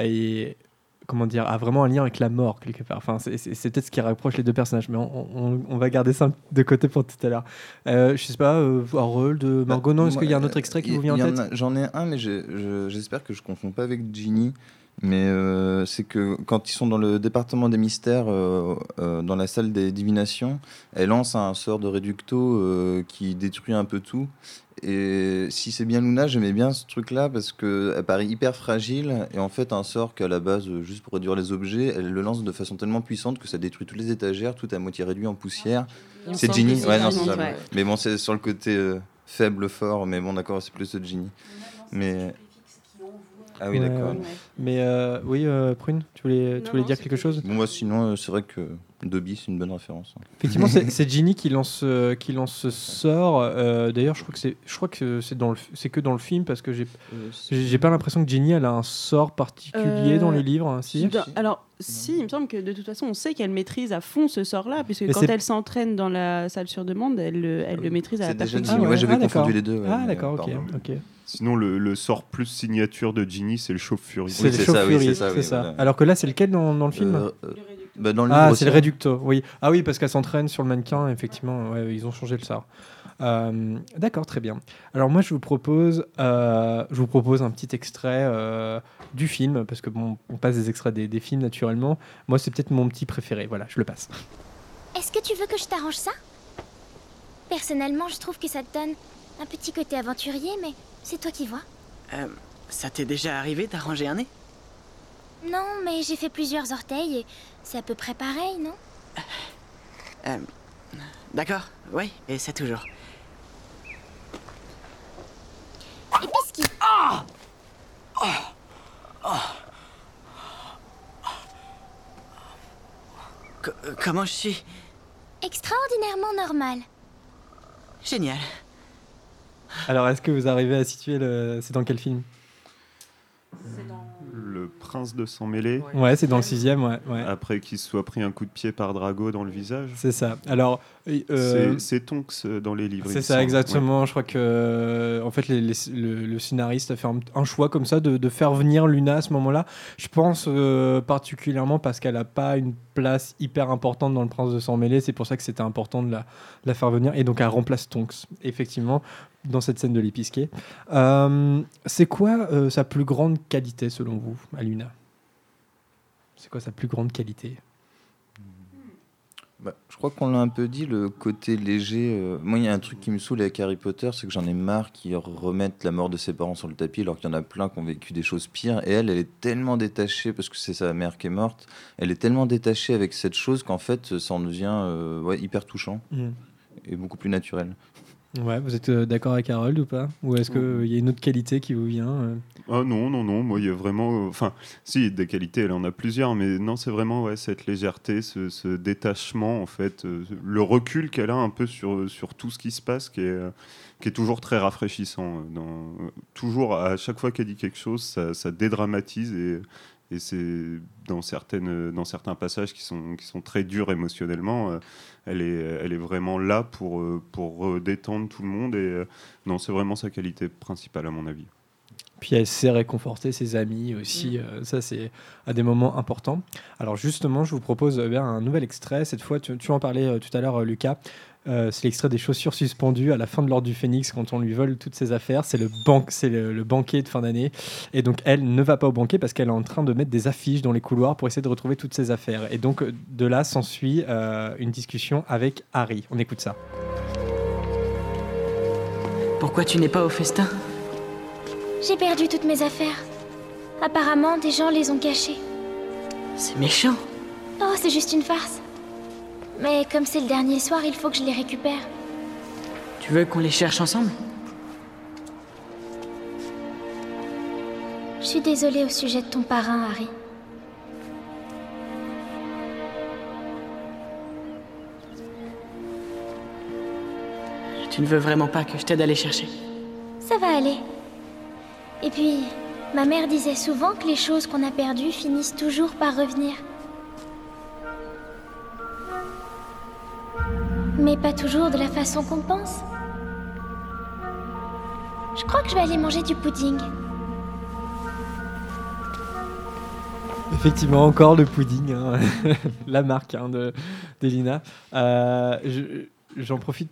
a vraiment un lien avec la mort quelque part. Enfin, c'est peut-être ce qui rapproche les deux personnages, mais on va garder ça de côté pour tout à l'heure. Je sais pas, Harold, Margot, non, est-ce qu'il y a un autre extrait qui vous vient en tête ? J'en ai un, mais j'espère que je ne confonds pas avec Ginny. Mais c'est que quand ils sont dans le département des mystères, dans la salle des divinations, elle lance un sort de réducto qui détruit un peu tout. Et si c'est bien Luna, j'aimais bien ce truc-là parce qu'elle paraît hyper fragile. Et en fait, un sort qu'à la base, juste pour réduire les objets, elle le lance de façon tellement puissante que ça détruit toutes les étagères, tout à moitié réduit en poussière. C'est Ginny ? Ouais, non, c'est ça. Ouais. Mais bon, c'est sur le côté faible, fort. Mais bon, d'accord, c'est plus Ginny. Mais... Ah oui, d'accord. Ouais. Mais oui, Prune, tu voulais dire quelque chose ? Bon, moi, sinon, c'est vrai que Dobby, c'est une bonne référence. Effectivement, c'est Ginny qui lance ce sort. D'ailleurs, je crois que c'est que dans le film parce que j'ai pas l'impression que Ginny elle a un sort particulier dans les livres. Hein, si. Alors, si, il me semble que de toute façon, on sait qu'elle maîtrise à fond ce sort-là, puisque quand elle s'entraîne dans la salle sur demande, elle le maîtrise à la perfection. Ouais, j'avais confondu les deux. Ah, d'accord, ok. Sinon, le sort plus signature de Ginny, c'est le Chauve-Furie. C'est le Chauve-Furie, c'est ça. Voilà. Alors que là, c'est lequel dans le film dans le livre c'est le Réducto, oui. Ah oui, parce qu'elle s'entraîne sur le mannequin, effectivement, ouais, ils ont changé le sort. D'accord, très bien. Alors moi, je vous propose un petit extrait du film, parce que on passe des extraits des films, naturellement. Moi, c'est peut-être mon petit préféré, voilà, je le passe. Est-ce que tu veux que je t'arrange ça ? Personnellement, je trouve que ça te donne un petit côté aventurier, mais c'est toi qui vois. Ça t'est déjà arrivé d'arranger un nez ? Non, mais j'ai fait plusieurs orteils et c'est à peu près pareil, non ? D'accord, oui, et ça toujours. Et Pisky. Comment je suis ? Extraordinairement normal. Génial. Alors, est-ce que vous arrivez à situer c'est dans quel film ? C'est dans... Le Prince de Sang Mêlé. Ouais, c'est dans le 6e, ouais. Après qu'il se soit pris un coup de pied par Drago dans le visage. C'est ça. Alors, c'est Tonks dans les livres. C'est ça, exactement. Ouais. Je crois que en fait, le scénariste a fait un choix comme ça de faire venir Luna à ce moment-là. Je pense particulièrement parce qu'elle n'a pas une place hyper importante dans le Prince de Sang Mêlé. C'est pour ça que c'était important de la faire venir. Et donc, elle remplace Tonks, effectivement, dans cette scène de l'épisquet. C'est quoi sa plus grande qualité, selon vous, à Luna ? C'est quoi sa plus grande qualité ? Je crois qu'on l'a un peu dit, le côté léger. Moi, il y a un truc qui me saoule avec Harry Potter, c'est que j'en ai marre qu'ils remettent la mort de ses parents sur le tapis, alors qu'il y en a plein qui ont vécu des choses pires. Et elle est tellement détachée, parce que c'est sa mère qui est morte, elle est tellement détachée avec cette chose qu'en fait, ça en devient hyper touchant et beaucoup plus naturel. Ouais, vous êtes d'accord avec Harold ou pas ? Ou est-ce qu'il y a une autre qualité qui vous vient Ah non, moi il y a vraiment... si, des qualités, elle en a plusieurs, mais non, c'est vraiment cette légèreté, ce détachement, en fait, le recul qu'elle a un peu sur tout ce qui se passe, qui est toujours très rafraîchissant. Toujours, à chaque fois qu'elle dit quelque chose, ça dédramatise et c'est dans certains passages qui sont très durs émotionnellement, elle est vraiment là pour détendre tout le monde et non, c'est vraiment sa qualité principale à mon avis. Puis elle sait réconforter ses amis aussi, ça c'est à des moments importants. Alors justement, je vous propose un nouvel extrait. Cette fois, tu en parlais tout à l'heure, Lucas. C'est l'extrait des chaussures suspendues à la fin de l'Ordre du Phénix quand on lui vole toutes ses affaires. C'est le banquet de fin d'année. Et donc elle ne va pas au banquet parce qu'elle est en train de mettre des affiches dans les couloirs pour essayer de retrouver toutes ses affaires. Et donc de là s'ensuit une discussion avec Harry. On écoute ça. Pourquoi tu n'es pas au festin ? J'ai perdu toutes mes affaires. Apparemment, des gens les ont cachées. C'est méchant. Oh, c'est juste une farce. Mais comme c'est le dernier soir, il faut que je les récupère. Tu veux qu'on les cherche ensemble ? Je suis désolée au sujet de ton parrain, Harry. Tu ne veux vraiment pas que je t'aide à les chercher ? Ça va aller. Et puis, ma mère disait souvent que les choses qu'on a perdues finissent toujours par revenir. Mais pas toujours de la façon qu'on pense. Je crois que je vais aller manger du pudding. Effectivement, encore le pudding, la marque d'Elina. Je profite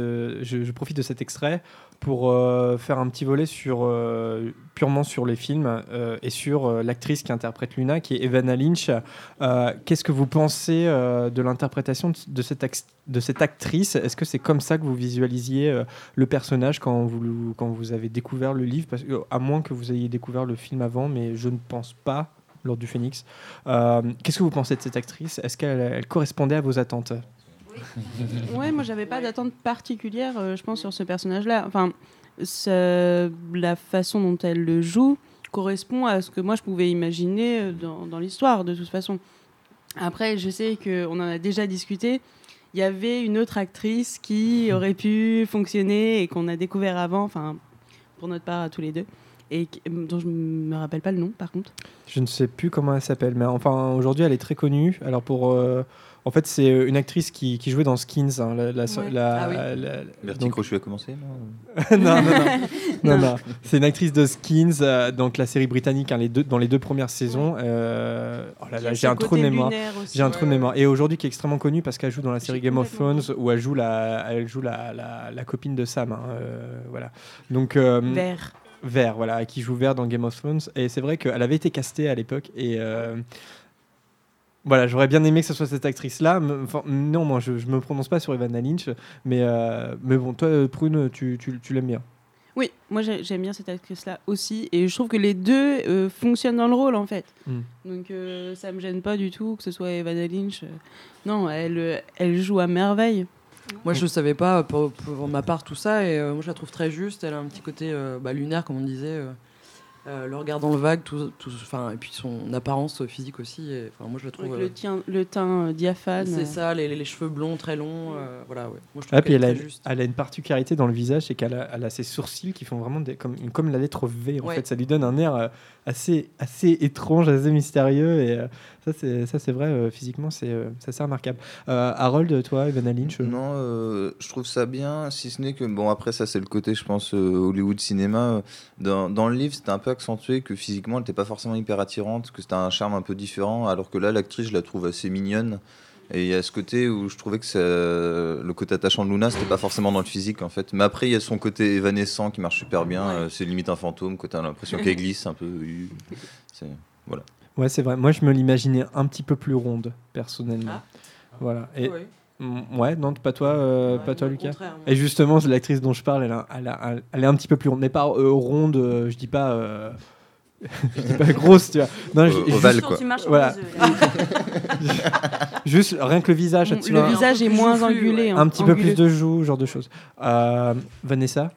de cet extrait pour faire un petit volet purement sur les films et sur l'actrice qui interprète Luna, qui est Evanna Lynch. Qu'est-ce que vous pensez de l'interprétation de cette actrice ? Est-ce que c'est comme ça que vous visualisiez le personnage quand vous avez découvert le livre ? Parce que, à moins que vous ayez découvert le film avant, mais je ne pense pas, L'Ordre du Phénix. Qu'est-ce que vous pensez de cette actrice ? Est-ce qu'elle correspondait à vos attentes ? Ouais, moi j'avais pas d'attente particulière, je pense, sur ce personnage-là. Enfin, la façon dont elle le joue correspond à ce que moi je pouvais imaginer dans l'histoire, de toute façon. Après, je sais qu'on en a déjà discuté. Il y avait une autre actrice qui aurait pu fonctionner et qu'on a découvert avant, enfin, pour notre part à tous les deux, et dont je me rappelle pas le nom, par contre. Je ne sais plus comment elle s'appelle, mais enfin, aujourd'hui elle est très connue. Alors en fait, c'est une actrice qui jouait dans Skins. Bertie Crochu a commencé, non. Non. C'est une actrice de Skins, donc la série britannique, dans les deux premières saisons. J'ai un trou de mémoire. Et aujourd'hui, qui est extrêmement connue parce qu'elle joue dans la série Game of Thrones, où elle joue la copine de Sam. Voilà. Donc Vert, voilà, qui joue Vert dans Game of Thrones. Et c'est vrai qu'elle avait été castée à l'époque et voilà, j'aurais bien aimé que ce soit cette actrice-là. Non, moi, je me prononce pas sur Evanna Lynch, mais bon, toi, Prune, tu l'aimes bien. Oui, moi j'aime bien cette actrice-là aussi, et je trouve que les deux fonctionnent dans le rôle en fait. Donc ça me gêne pas du tout que ce soit Evanna Lynch. Non, elle joue à merveille. Moi je savais pas pour ma part tout ça, et moi je la trouve très juste. Elle a un petit côté lunaire, comme on disait. Le regard dans le vague, et puis son apparence physique aussi. Moi, je la trouve. Avec le teint diaphane. C'est ça, les cheveux blonds très longs. Voilà, ouais. Moi, je trouve qu'elle est très juste. Elle a une particularité dans le visage, c'est qu'elle a ses sourcils qui font vraiment comme la lettre V. En fait, ça lui donne un air assez étrange, assez mystérieux. Et ça, c'est vrai, physiquement, c'est assez remarquable. Harold, toi, Evanna Lynch Non, je trouve ça bien, si ce n'est que, bon, après, ça, c'est le côté, je pense, Hollywood cinéma. Dans le livre, c'était un peu accentué que physiquement, elle n'était pas forcément hyper attirante, que c'était un charme un peu différent, alors que là, l'actrice, je la trouve assez mignonne. Et il y a ce côté où je trouvais que le côté attachant de Luna, c'était pas forcément dans le physique en fait. Mais après, il y a son côté évanescent qui marche super bien. C'est limite un fantôme, quand t'as l'impression qu'elle glisse un peu. Voilà. Ouais, c'est vrai. Moi, je me l'imaginais un petit peu plus ronde, personnellement. Voilà. Et Ouais, non, pas toi, Lucas. Et justement, l'actrice dont je parle, elle est un petit peu plus ronde, mais pas ronde. Je dis pas grosse, tu vois. Non, ovale, quoi. Voilà. Juste rien que le visage. Le visage est moins angulé. Un petit peu plus de joues, genre de choses. Vanessa.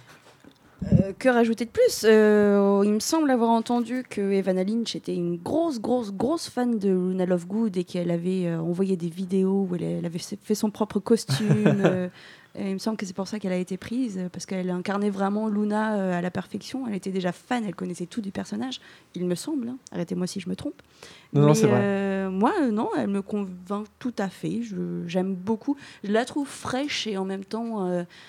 Que rajouter de plus Il me semble avoir entendu que Evanna Lynch était une grosse fan de Luna Lovegood et qu'elle avait envoyé des vidéos où elle avait fait son propre costume. Il me semble que c'est pour ça qu'elle a été prise, parce qu'elle incarnait vraiment Luna à la perfection. Elle était déjà fan, elle connaissait tout du personnage, il me semble. Hein. Arrêtez-moi si je me trompe. Non, c'est vrai. Moi, non, elle me convainc tout à fait. J'aime beaucoup. Je la trouve fraîche et en même temps...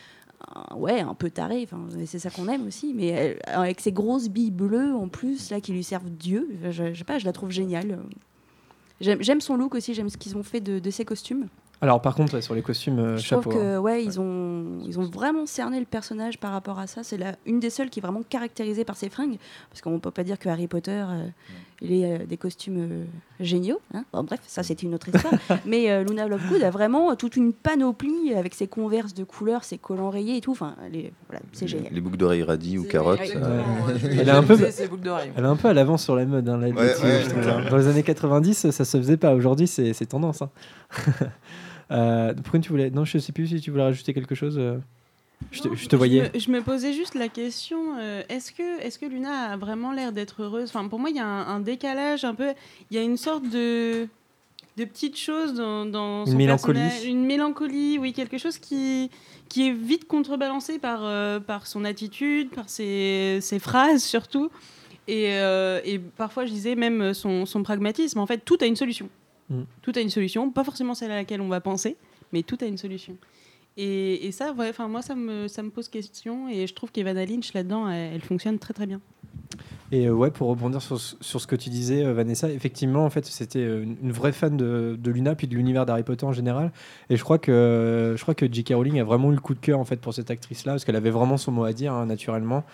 un peu taré, c'est ça qu'on aime aussi, mais avec ses grosses billes bleues en plus là qui lui servent Dieu, je sais pas, je la trouve géniale. J'aime son look aussi, j'aime ce qu'ils ont fait de ses costumes. Alors par contre sur les costumes, je chapeau. trouve que ils ont vraiment cerné le personnage par rapport à ça. C'est une des seules qui est vraiment caractérisée par ses fringues, parce qu'on peut pas dire que Harry Potter il est des costumes géniaux. Hein. Bon, bref, ça c'est une autre histoire. Mais Luna Lovegood a vraiment toute une panoplie avec ses Converse de couleurs, ses collants rayés et tout. Enfin, c'est génial. Les boucles d'oreilles radis ou carottes. Elle est un peu à l'avance sur la mode. Hein, dans les années 90, ça se faisait pas. Aujourd'hui, c'est tendance. Hein. Prune, tu voulais... Non, je sais plus si tu voulais rajouter quelque chose. Je te voyais. Je me posais juste la question, est-ce que Luna a vraiment l'air d'être heureuse ? Enfin, pour moi, il y a un décalage un peu. Il y a une sorte de petites choses dans son personnage. Une mélancolie, oui, quelque chose qui est vite contrebalancé par son attitude, par ses phrases surtout. Et parfois, je disais même son pragmatisme. En fait, tout a une solution. Tout a une solution, pas forcément celle à laquelle on va penser, mais tout a une solution. Et ça, moi, ça me pose question, et je trouve qu'Evanna Lynch, là-dedans, elle fonctionne très très bien. Et pour rebondir sur ce que tu disais, Vanessa, effectivement, en fait, c'était une vraie fan de Luna, puis de l'univers d'Harry Potter en général. Et je crois que J.K. Rowling a vraiment eu le coup de cœur en fait, pour cette actrice-là, parce qu'elle avait vraiment son mot à dire, hein, naturellement.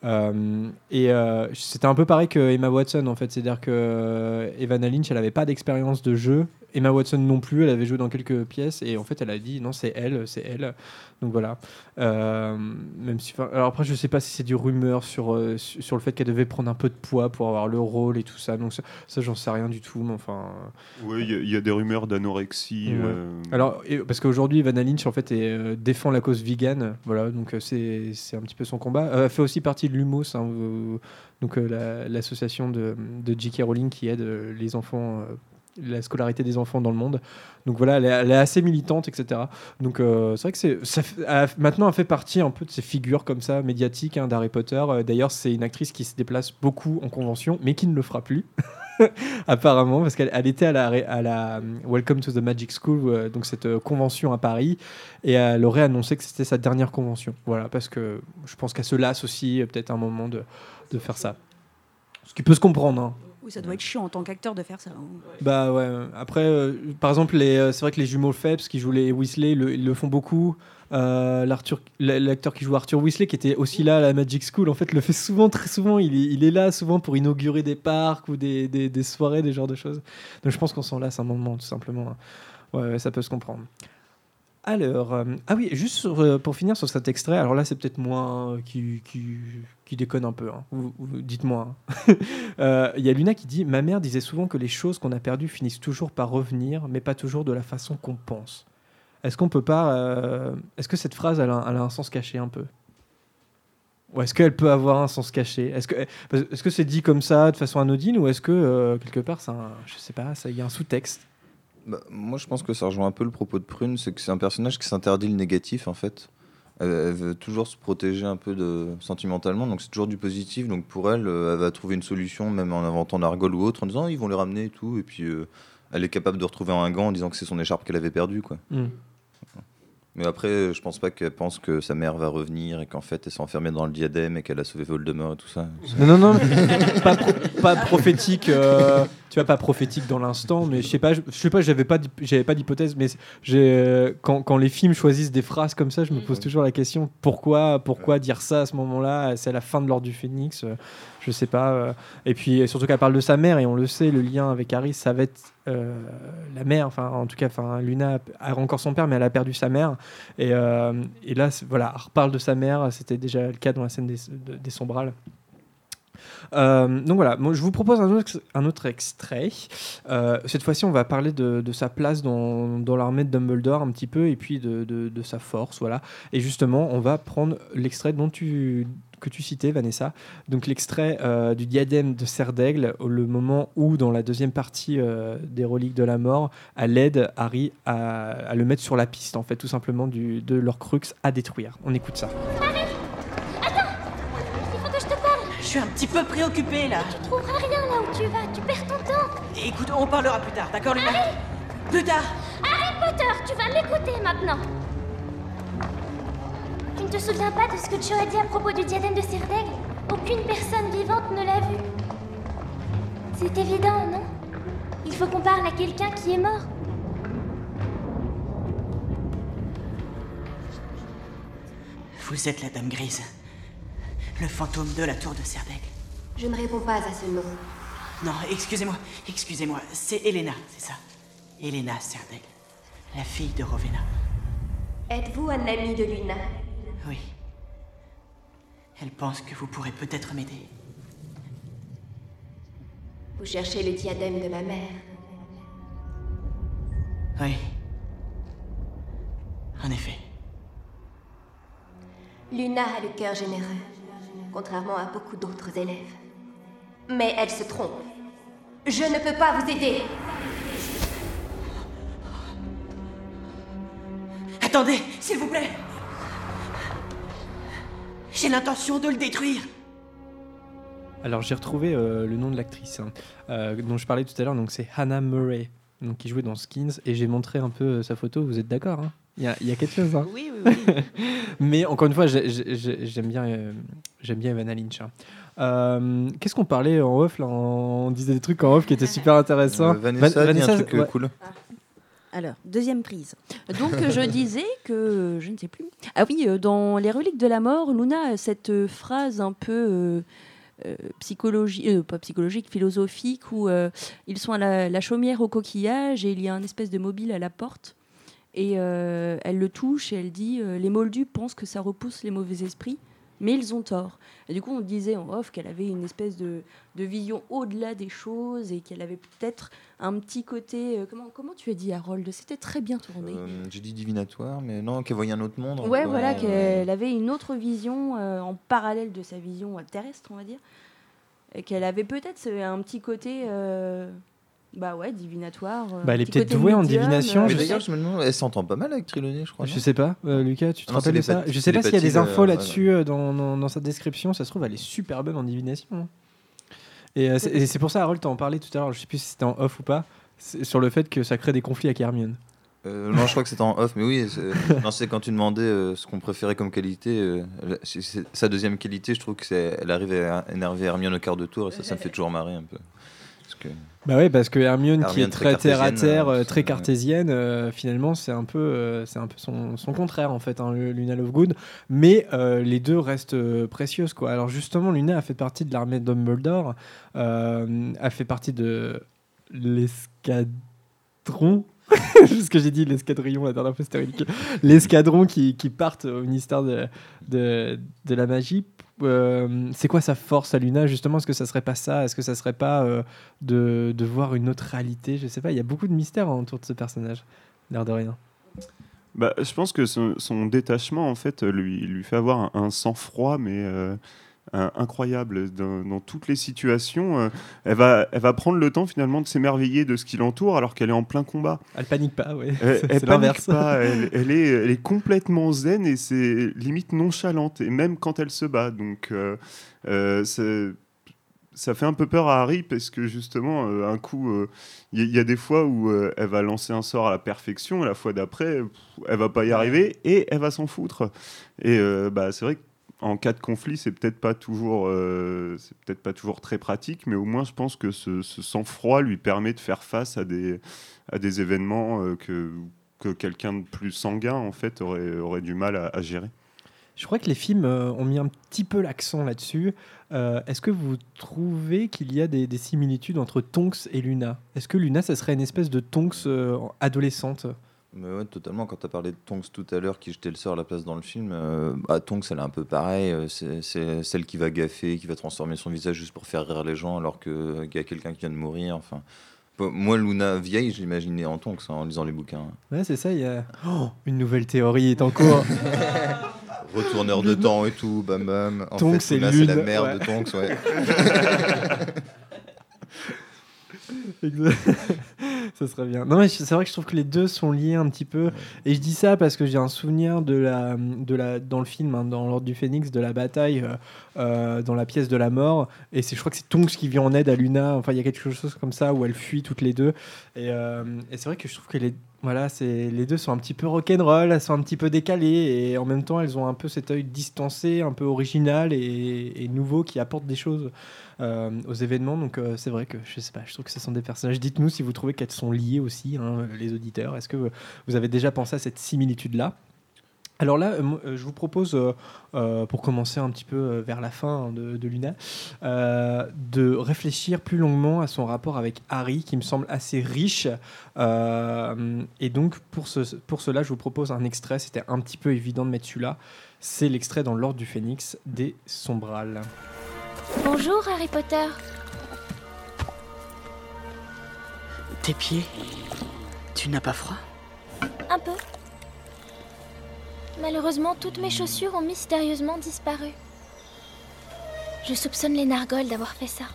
C'était un peu pareil que Emma Watson en fait, c'est-à-dire que Evanna Lynch elle avait pas d'expérience de jeu, Emma Watson non plus, elle avait joué dans quelques pièces et en fait elle a dit non c'est elle, donc voilà. Même si, alors après je sais pas si c'est du rumeur sur le fait qu'elle devait prendre un peu de poids pour avoir le rôle et tout ça, donc ça j'en sais rien du tout, mais enfin oui il y a des rumeurs d'anorexie. Ouais. Alors parce qu'aujourd'hui Evanna Lynch en fait défend la cause vegan, voilà, donc c'est un petit peu son combat. Elle fait aussi partie de l'UMOS, hein, donc l'association de J.K. Rowling qui aide les enfants, la scolarité des enfants dans le monde. Donc voilà, elle est assez militante, etc. Donc c'est vrai que maintenant elle fait partie un peu de ces figures comme ça médiatiques, hein, d'Harry Potter. D'ailleurs, c'est une actrice qui se déplace beaucoup en convention, mais qui ne le fera plus. Apparemment, parce qu'elle était à la Welcome to the Magic School, donc cette convention à Paris, et elle aurait annoncé que c'était sa dernière convention. Voilà, parce que je pense qu'elle se lasse aussi, peut-être un moment de faire ça. Ce qui peut se comprendre. Hein. Oui, ça doit être chiant en tant qu'acteur de faire ça. Hein. Bah ouais. Après, par exemple, c'est vrai que les jumeaux Phelps qui jouent les Weasley, ils le font beaucoup. L'acteur qui joue Arthur Weasley, qui était aussi là à la Magic School, en fait, le fait souvent, très souvent. Il est là souvent pour inaugurer des parcs ou des soirées, des genres de choses. Donc je pense qu'on s'en lasse un moment, tout simplement. Ouais, ça peut se comprendre. Alors, ah oui, juste pour finir sur cet extrait, alors là c'est peut-être moi qui déconne un peu, hein. Vous dites-moi. Il y a Luna qui dit « Ma mère disait souvent que les choses qu'on a perdues finissent toujours par revenir, mais pas toujours de la façon qu'on pense. » Est-ce qu'on peut pas... est-ce que cette phrase elle a un sens caché un peu ? Ou est-ce qu'elle peut avoir un sens caché ? Est-ce que c'est dit comme ça, de façon anodine, ou est-ce que quelque part, je sais pas, il y a un sous-texte ? Moi, je pense que ça rejoint un peu le propos de Prune, c'est que c'est un personnage qui s'interdit le négatif, en fait. Elle veut toujours se protéger un peu sentimentalement, donc c'est toujours du positif. Donc pour elle, elle va trouver une solution, même en inventant Nargol ou autre, en disant ils vont les ramener et tout. Et puis elle est capable de retrouver un gant en disant que c'est son écharpe qu'elle avait perdue, quoi. Mais après, je pense pas qu'elle pense que sa mère va revenir et qu'en fait elle s'est enfermée dans le diadème et qu'elle a sauvé Voldemort et tout ça. Non, pas prophétique. pas prophétique dans l'instant, mais je sais pas, j'avais pas d'hypothèse, mais quand les films choisissent des phrases comme ça, je me pose toujours la question pourquoi dire ça à ce moment-là, c'est la fin de l'Ordre du Phénix, je sais pas. Et puis surtout qu'elle parle de sa mère et on le sait, le lien avec Harry, ça va être la mère. Enfin, en tout cas, Luna a encore son père, mais elle a perdu sa mère. Et là, voilà, elle reparle de sa mère. C'était déjà le cas dans la scène des Sombrales. Donc voilà, moi, je vous propose un autre extrait. Cette fois-ci, on va parler de sa place dans l'armée de Dumbledore un petit peu, et puis de sa force, voilà. Et justement, on va prendre l'extrait que tu citais, Vanessa. Donc l'extrait du diadème de Serre d'Aigle, le moment où, dans la deuxième partie des Reliques de la Mort, elle aide Harry à le mettre sur la piste, en fait, tout simplement de l'Horcrux à détruire. On écoute ça. Je suis un petit peu préoccupé là. Tu trouveras rien là où tu vas, tu perds ton temps. Écoute, on parlera plus tard, d'accord Luna? Harry! Plus tard. Harry Potter, tu vas m'écouter maintenant. Tu ne te souviens pas de ce que Cho a dit à propos du diadème de Serre d'Aigle? Aucune personne vivante ne l'a vu. C'est évident, non? Il faut qu'on parle à quelqu'un qui est mort. Vous êtes la Dame Grise. Le fantôme de la tour de Serre d'Aigle. Je ne réponds pas à ce nom. Non, excusez-moi, c'est Elena, c'est ça. Elena Serre d'Aigle, la fille de Rowena. Êtes-vous un ami de Luna? Oui. Elle pense que vous pourrez peut-être m'aider. Vous cherchez le diadème de ma mère. Oui. En effet. Luna a le cœur généreux, contrairement à beaucoup d'autres élèves. Mais elle se trompe. Je ne peux pas vous aider. Attendez, s'il vous plaît. J'ai l'intention de le détruire. Alors j'ai retrouvé le nom de l'actrice dont je parlais tout à l'heure, donc c'est Hannah Murray, donc, qui jouait dans Skins, et j'ai montré un peu sa photo, vous êtes d'accord hein? Il y a quelque chose. Hein. Oui. Mais encore une fois, j'aime bien Evanna Lynch. Hein. Qu'est-ce qu'on parlait en off là? On disait des trucs en off qui étaient super intéressants. Vanessa dit un truc cool. Alors, deuxième prise. Donc, je disais que... Je ne sais plus. Ah oui, dans Les Reliques de la Mort, Luna a cette phrase un peu... pas psychologique, philosophique, où ils sont à la chaumière au coquillage et il y a une espèce de mobile à la porte. Et elle le touche et elle dit les Moldus pensent que ça repousse les mauvais esprits, mais ils ont tort. Et du coup, on disait en off qu'elle avait une espèce de vision au-delà des choses et qu'elle avait peut-être un petit côté... comment tu as dit, Harold? C'était très bien tourné. J'ai dit divinatoire, mais non, qu'elle voyait un autre monde. Ouais, voilà, qu'elle avait une autre vision en parallèle de sa vision terrestre, on va dire. Et qu'elle avait peut-être un petit côté... divinatoire. Elle est peut-être douée en divination. Mais d'ailleurs, je me demande, elle s'entend pas mal avec Trelawney, je crois. Je sais pas, Lucas, tu te rappelles de ça? Je sais pas s'il y a des infos là-dessus dans sa description. Ça se trouve, elle est super bonne en divination. Hein. Et c'est pour ça, Harold, t'en parlais tout à l'heure. Je sais plus si c'était en off ou pas. Sur le fait que ça crée des conflits avec Hermione. Non, je crois que c'était en off, mais oui. C'est quand tu demandais ce qu'on préférait comme qualité. Sa deuxième qualité, je trouve qu'elle arrive à énerver Hermione au quart de tour, et ça me fait toujours marrer un peu. Parce que Hermione qui est très terre à terre, très cartésienne, finalement c'est un peu son contraire en fait, hein, Luna Lovegood. Mais les deux restent précieuses quoi. Alors justement, Luna a fait partie de l'armée de Dumbledore, a fait partie de l'escadron. Ce que j'ai dit, l'escadrillon, la dernière fois c'était ridicule. L'escadron qui partent au ministère de la magie. C'est quoi sa force à Luna justement? Est-ce que ça serait pas ça? Est-ce que ça serait pas de voir une autre réalité? Je sais pas, il y a beaucoup de mystères autour de ce personnage, l'air de rien. Je pense que son détachement en fait lui fait avoir un sang-froid mais incroyable dans toutes les situations. Elle va prendre le temps finalement de s'émerveiller de ce qui l'entoure alors qu'elle est en plein combat. Elle panique pas, ouais. Elle panique pas. Elle est complètement zen et c'est limite nonchalante et même quand elle se bat. Donc ça fait un peu peur à Harry parce que justement un coup il y a des fois où elle va lancer un sort à la perfection et la fois d'après elle va pas y arriver et elle va s'en foutre. Et c'est vrai que en cas de conflit, c'est peut-être pas toujours très pratique, mais au moins je pense que ce sang-froid lui permet de faire face à des événements que quelqu'un de plus sanguin en fait aurait du mal à gérer. Je crois que les films ont mis un petit peu l'accent là-dessus. Est-ce que vous trouvez qu'il y a des similitudes entre Tonks et Luna ? Est-ce que Luna, ça serait une espèce de Tonks adolescente ? Mais ouais, totalement. Quand tu as parlé de Tonks tout à l'heure, qui jetait le sort à la place dans le film, Tonks, elle est un peu pareil. C'est celle qui va gaffer, qui va transformer son visage juste pour faire rire les gens, alors qu'il y a quelqu'un qui vient de mourir. Enfin, moi, Luna vieille, je l'imaginais en Tonks, en lisant les bouquins. Ouais, c'est ça. Il y a une nouvelle théorie est en cours. Retourneur de temps et tout, bam bam. En Tonks, fait, Luna, c'est la mère de Tonks, ouais. Ça serait bien. Non, mais c'est vrai que je trouve que les deux sont liés un petit peu. Et je dis ça parce que j'ai un souvenir dans le film, dans l'Ordre du Phénix, de la bataille dans la pièce de la mort. Et je crois que c'est Tonks qui vient en aide à Luna. Enfin, il y a quelque chose comme ça où elles fuient toutes les deux. Et c'est vrai que je trouve que les deux sont un petit peu rock'n'roll, elles sont un petit peu décalées et en même temps elles ont un peu cet œil distancé, un peu original et nouveau qui apporte des choses aux événements. Donc c'est vrai que je sais pas, je trouve que ce sont des personnages. Dites-nous si vous trouvez qu'elles sont liées aussi, les auditeurs. Est-ce que vous avez déjà pensé à cette similitude-là ? Alors là, je vous propose, pour commencer un petit peu vers la fin de Luna, de réfléchir plus longuement à son rapport avec Harry, qui me semble assez riche. Et donc, pour cela, je vous propose un extrait. C'était un petit peu évident de mettre celui-là. C'est l'extrait dans l'Ordre du Phénix des Sombrales. Bonjour, Harry Potter. Tes pieds, tu n'as pas froid ? Un peu. Malheureusement, toutes mes chaussures ont mystérieusement disparu. Je soupçonne les nargoles d'avoir fait ça.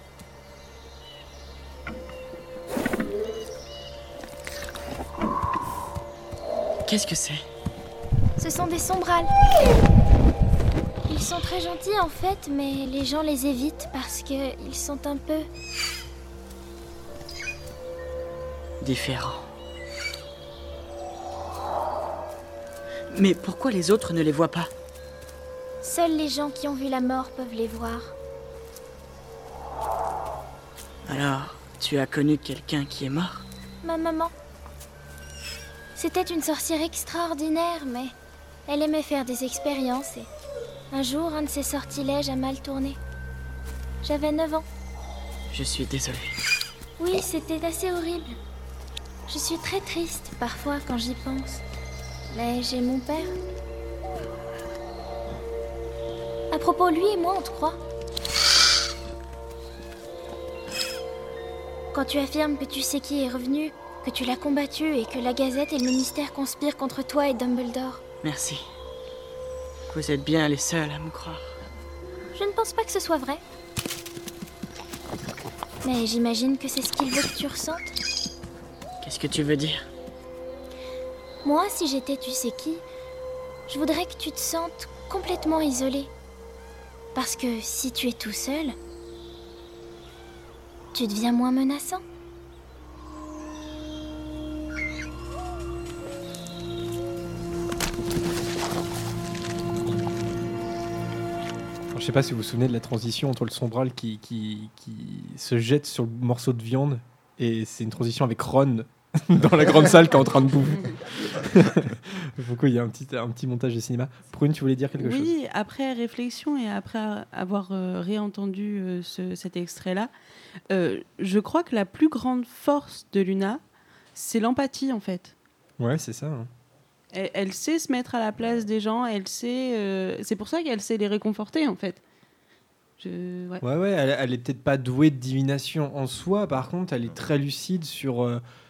Qu'est-ce que c'est ? Ce sont des sombrales. Ils sont très gentils en fait, mais les gens les évitent parce qu'ils sont un peu... différents. Mais pourquoi les autres ne les voient pas ? Seuls les gens qui ont vu la mort peuvent les voir. Alors, tu as connu quelqu'un qui est mort ? Ma maman. C'était une sorcière extraordinaire, mais elle aimait faire des expériences et un jour, un de ses sortilèges a mal tourné. J'avais 9 ans. Je suis désolée. Oui, c'était assez horrible. Je suis très triste parfois quand j'y pense. Mais j'ai mon père. À propos, lui et moi, on te croit. Quand tu affirmes que tu sais qui est revenu, que tu l'as combattu et que la Gazette et le ministère conspirent contre toi et Dumbledore. Merci. Vous êtes bien les seuls à me croire. Je ne pense pas que ce soit vrai. Mais j'imagine que c'est ce qu'il veut que tu ressentes. Qu'est-ce que tu veux dire ? Moi, si j'étais tu sais qui, je voudrais que tu te sentes complètement isolé. Parce que si tu es tout seul, tu deviens moins menaçant. Je sais pas si vous vous souvenez de la transition entre le sombral qui se jette sur le morceau de viande et c'est une transition avec Ron dans la grande salle qui est en train de bouffer. Pourquoi il y a un petit montage de cinéma. Prune, tu voulais dire quelque chose ? Oui, après réflexion et après avoir réentendu cet extrait-là, je crois que la plus grande force de Luna, c'est l'empathie en fait. Ouais, c'est ça. Hein. Elle sait se mettre à la place des gens, elle sait. C'est pour ça qu'elle sait les réconforter en fait. Ouais, elle est peut-être pas douée de divination en soi, par contre, elle est très lucide sur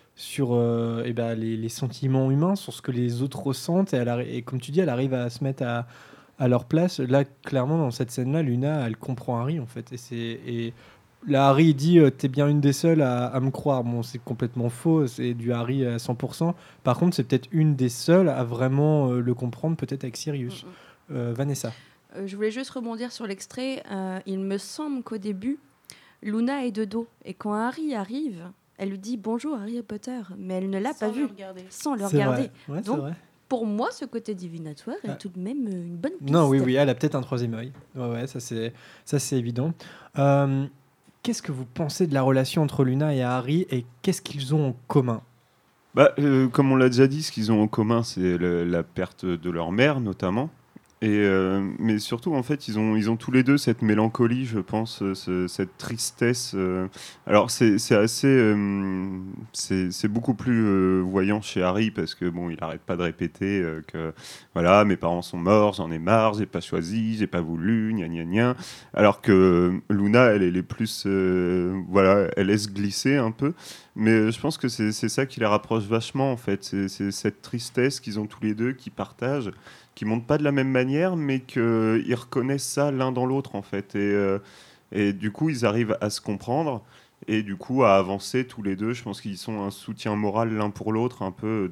les sentiments humains, sur ce que les autres ressentent, et comme tu dis, elle arrive à se mettre à leur place. Là, clairement, dans cette scène-là, Luna, elle comprend Harry, en fait. Et là, Harry dit t'es bien une des seules à me croire. Bon, c'est complètement faux, c'est du Harry à 100%. Par contre, c'est peut-être une des seules à vraiment le comprendre, peut-être avec Sirius. Vanessa. Je voulais juste rebondir sur l'extrait. Il me semble qu'au début, Luna est de dos. Et quand Harry arrive, elle lui dit « Bonjour Harry Potter », mais elle ne l'a pas vu, sans le regarder. Ouais, Donc, pour moi, ce côté divinatoire est tout de même une bonne piste. Non, oui, elle a peut-être un troisième œil. Ouais, ça c'est évident. Qu'est-ce que vous pensez de la relation entre Luna et Harry et qu'est-ce qu'ils ont en commun ? Comme on l'a déjà dit, ce qu'ils ont en commun, c'est la perte de leur mère, notamment. Mais surtout, en fait, ils ont tous les deux cette mélancolie, je pense, cette tristesse. Alors, c'est beaucoup plus voyant chez Harry parce que il n'arrête pas de répéter que voilà, mes parents sont morts, j'en ai marre, j'ai pas choisi, j'ai pas voulu, gna gna gna. Alors que Luna, elle est plus, voilà, elle laisse glisser un peu. Mais je pense que c'est ça qui les rapproche vachement, en fait. C'est cette tristesse qu'ils ont tous les deux, qu'ils partagent, qui montent pas de la même manière, mais qu'ils reconnaissent ça l'un dans l'autre, en fait. Et du coup, ils arrivent à se comprendre et du coup à avancer tous les deux. Je pense qu'ils sont un soutien moral l'un pour l'autre, un peu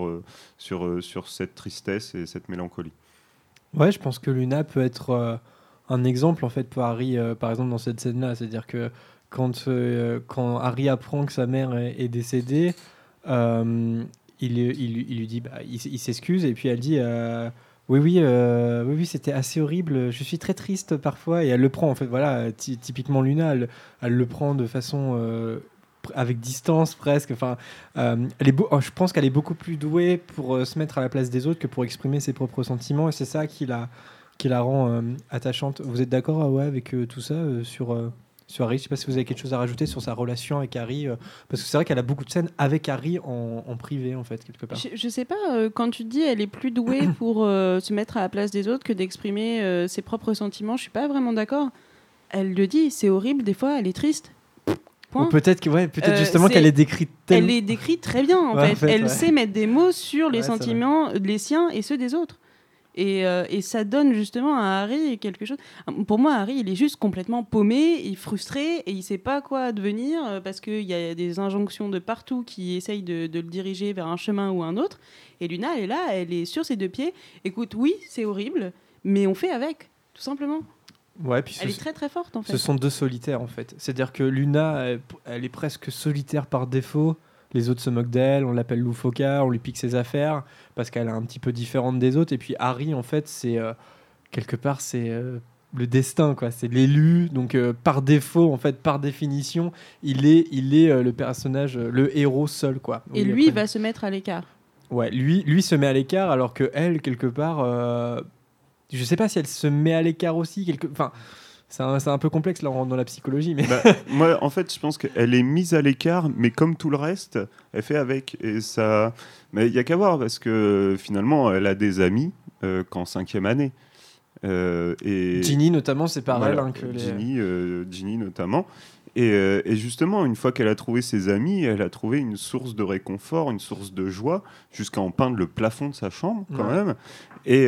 sur cette tristesse et cette mélancolie. Ouais, je pense que Luna peut être un exemple, en fait, pour Harry, par exemple, dans cette scène-là. C'est-à-dire que quand Harry apprend que sa mère est décédée, il lui dit, il s'excuse et puis elle dit oui, c'était assez horrible, je suis très triste parfois, et elle le prend en fait, voilà, typiquement Luna, elle le prend de façon avec distance presque, enfin, je pense qu'elle est beaucoup plus douée pour se mettre à la place des autres que pour exprimer ses propres sentiments, et c'est ça qui la rend attachante. Vous êtes d'accord avec tout ça sur Harry? Je ne sais pas si vous avez quelque chose à rajouter sur sa relation avec Harry, parce que c'est vrai qu'elle a beaucoup de scènes avec Harry en privé, en fait, quelque part. Je sais pas, quand tu dis elle est plus douée pour se mettre à la place des autres que d'exprimer ses propres sentiments, je suis pas vraiment d'accord. Elle le dit, c'est horrible, des fois elle est triste. Ou peut-être justement qu'elle est décrite tellement... Elle est décrite très bien, en fait. Elle sait mettre des mots sur les sentiments, les siens et ceux des autres. Et ça donne justement à Harry quelque chose. Pour moi, Harry, il est juste complètement paumé, il est frustré et il sait pas quoi devenir parce qu'il y a des injonctions de partout qui essayent de le diriger vers un chemin ou un autre. Et Luna, elle est là, elle est sur ses deux pieds. Écoute, oui, c'est horrible, mais on fait avec, tout simplement. Ouais, puis elle est très très forte en fait. Ce sont deux solitaires en fait. C'est-à-dire que Luna, elle est presque solitaire par défaut. Les autres se moquent d'elle, on l'appelle loufoka, on lui pique ses affaires parce qu'elle est un petit peu différente des autres. Et puis Harry, en fait, c'est quelque part, c'est le destin, quoi. C'est l'élu. Donc par défaut, en fait, par définition, il est le personnage, le héros seul, quoi. Et lui, il va se mettre à l'écart. Ouais, lui se met à l'écart alors que elle, quelque part, je sais pas si elle se met à l'écart aussi. Enfin. C'est un peu complexe, là, on rentre dans la psychologie. Mais moi, en fait, je pense qu'elle est mise à l'écart, mais comme tout le reste, elle fait avec. Et ça... Mais il n'y a qu'à voir, parce que finalement, elle a des amis qu'en 5e année. Et... Ginny, notamment, c'est pareil. Voilà, Ginny, notamment. Et justement, une fois qu'elle a trouvé ses amis, elle a trouvé une source de réconfort, une source de joie, jusqu'à en peindre le plafond de sa chambre, quand même. Et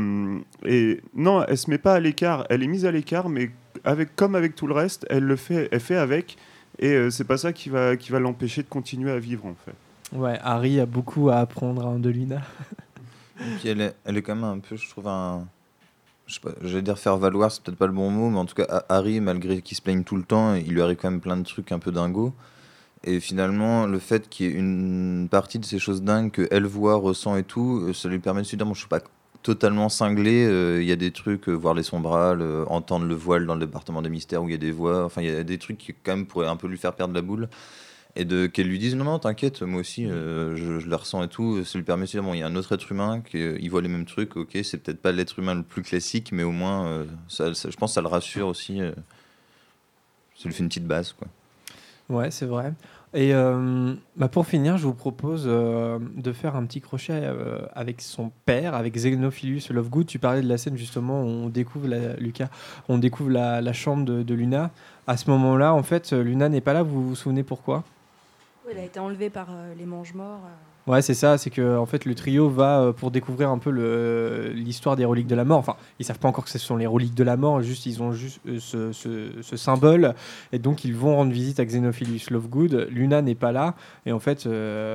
non, elle se met pas à l'écart. Elle est mise à l'écart, mais comme avec tout le reste, elle fait avec. Et c'est pas ça qui va l'empêcher de continuer à vivre, en fait. Ouais, Harry a beaucoup à apprendre de Luna. Et puis elle est quand même un peu, je trouve, je sais pas, j'allais dire faire valoir, c'est peut-être pas le bon mot, mais en tout cas, Harry, malgré qu'il se plaigne tout le temps, il lui arrive quand même plein de trucs un peu dingos. Et finalement, le fait qu'il y ait une partie de ces choses dingues qu'elle voit, ressent et tout, ça lui permet de se dire, bon, je suis pas totalement cinglé, il y a des trucs, voir les sombrales, entendre le voile dans le département des mystères où il y a des voix, enfin, il y a des trucs qui quand même pourraient un peu lui faire perdre la boule. Et qu'elle lui dise non, t'inquiète, moi aussi je la ressens et tout, ça lui permet de se dire bon, il y a un autre être humain qui voit les mêmes trucs, ok, c'est peut-être pas l'être humain le plus classique, mais au moins ça, je pense que ça le rassure aussi, ça lui fait une petite base, quoi. Ouais, c'est vrai. Et pour finir, je vous propose de faire un petit crochet avec son père, avec Xenophilius Lovegood. Tu parlais de la scène justement où on découvre la chambre de Luna. À ce moment-là, en fait, Luna n'est pas là. Vous vous souvenez pourquoi ? Elle a été enlevée par les mange-morts. Ouais, c'est ça. C'est que en fait, le trio va pour découvrir un peu l'histoire des reliques de la mort. Enfin, ils savent pas encore que ce sont les reliques de la mort. Ils ont juste ce symbole, et donc ils vont rendre visite à Xenophilius Lovegood. Luna n'est pas là, et en fait,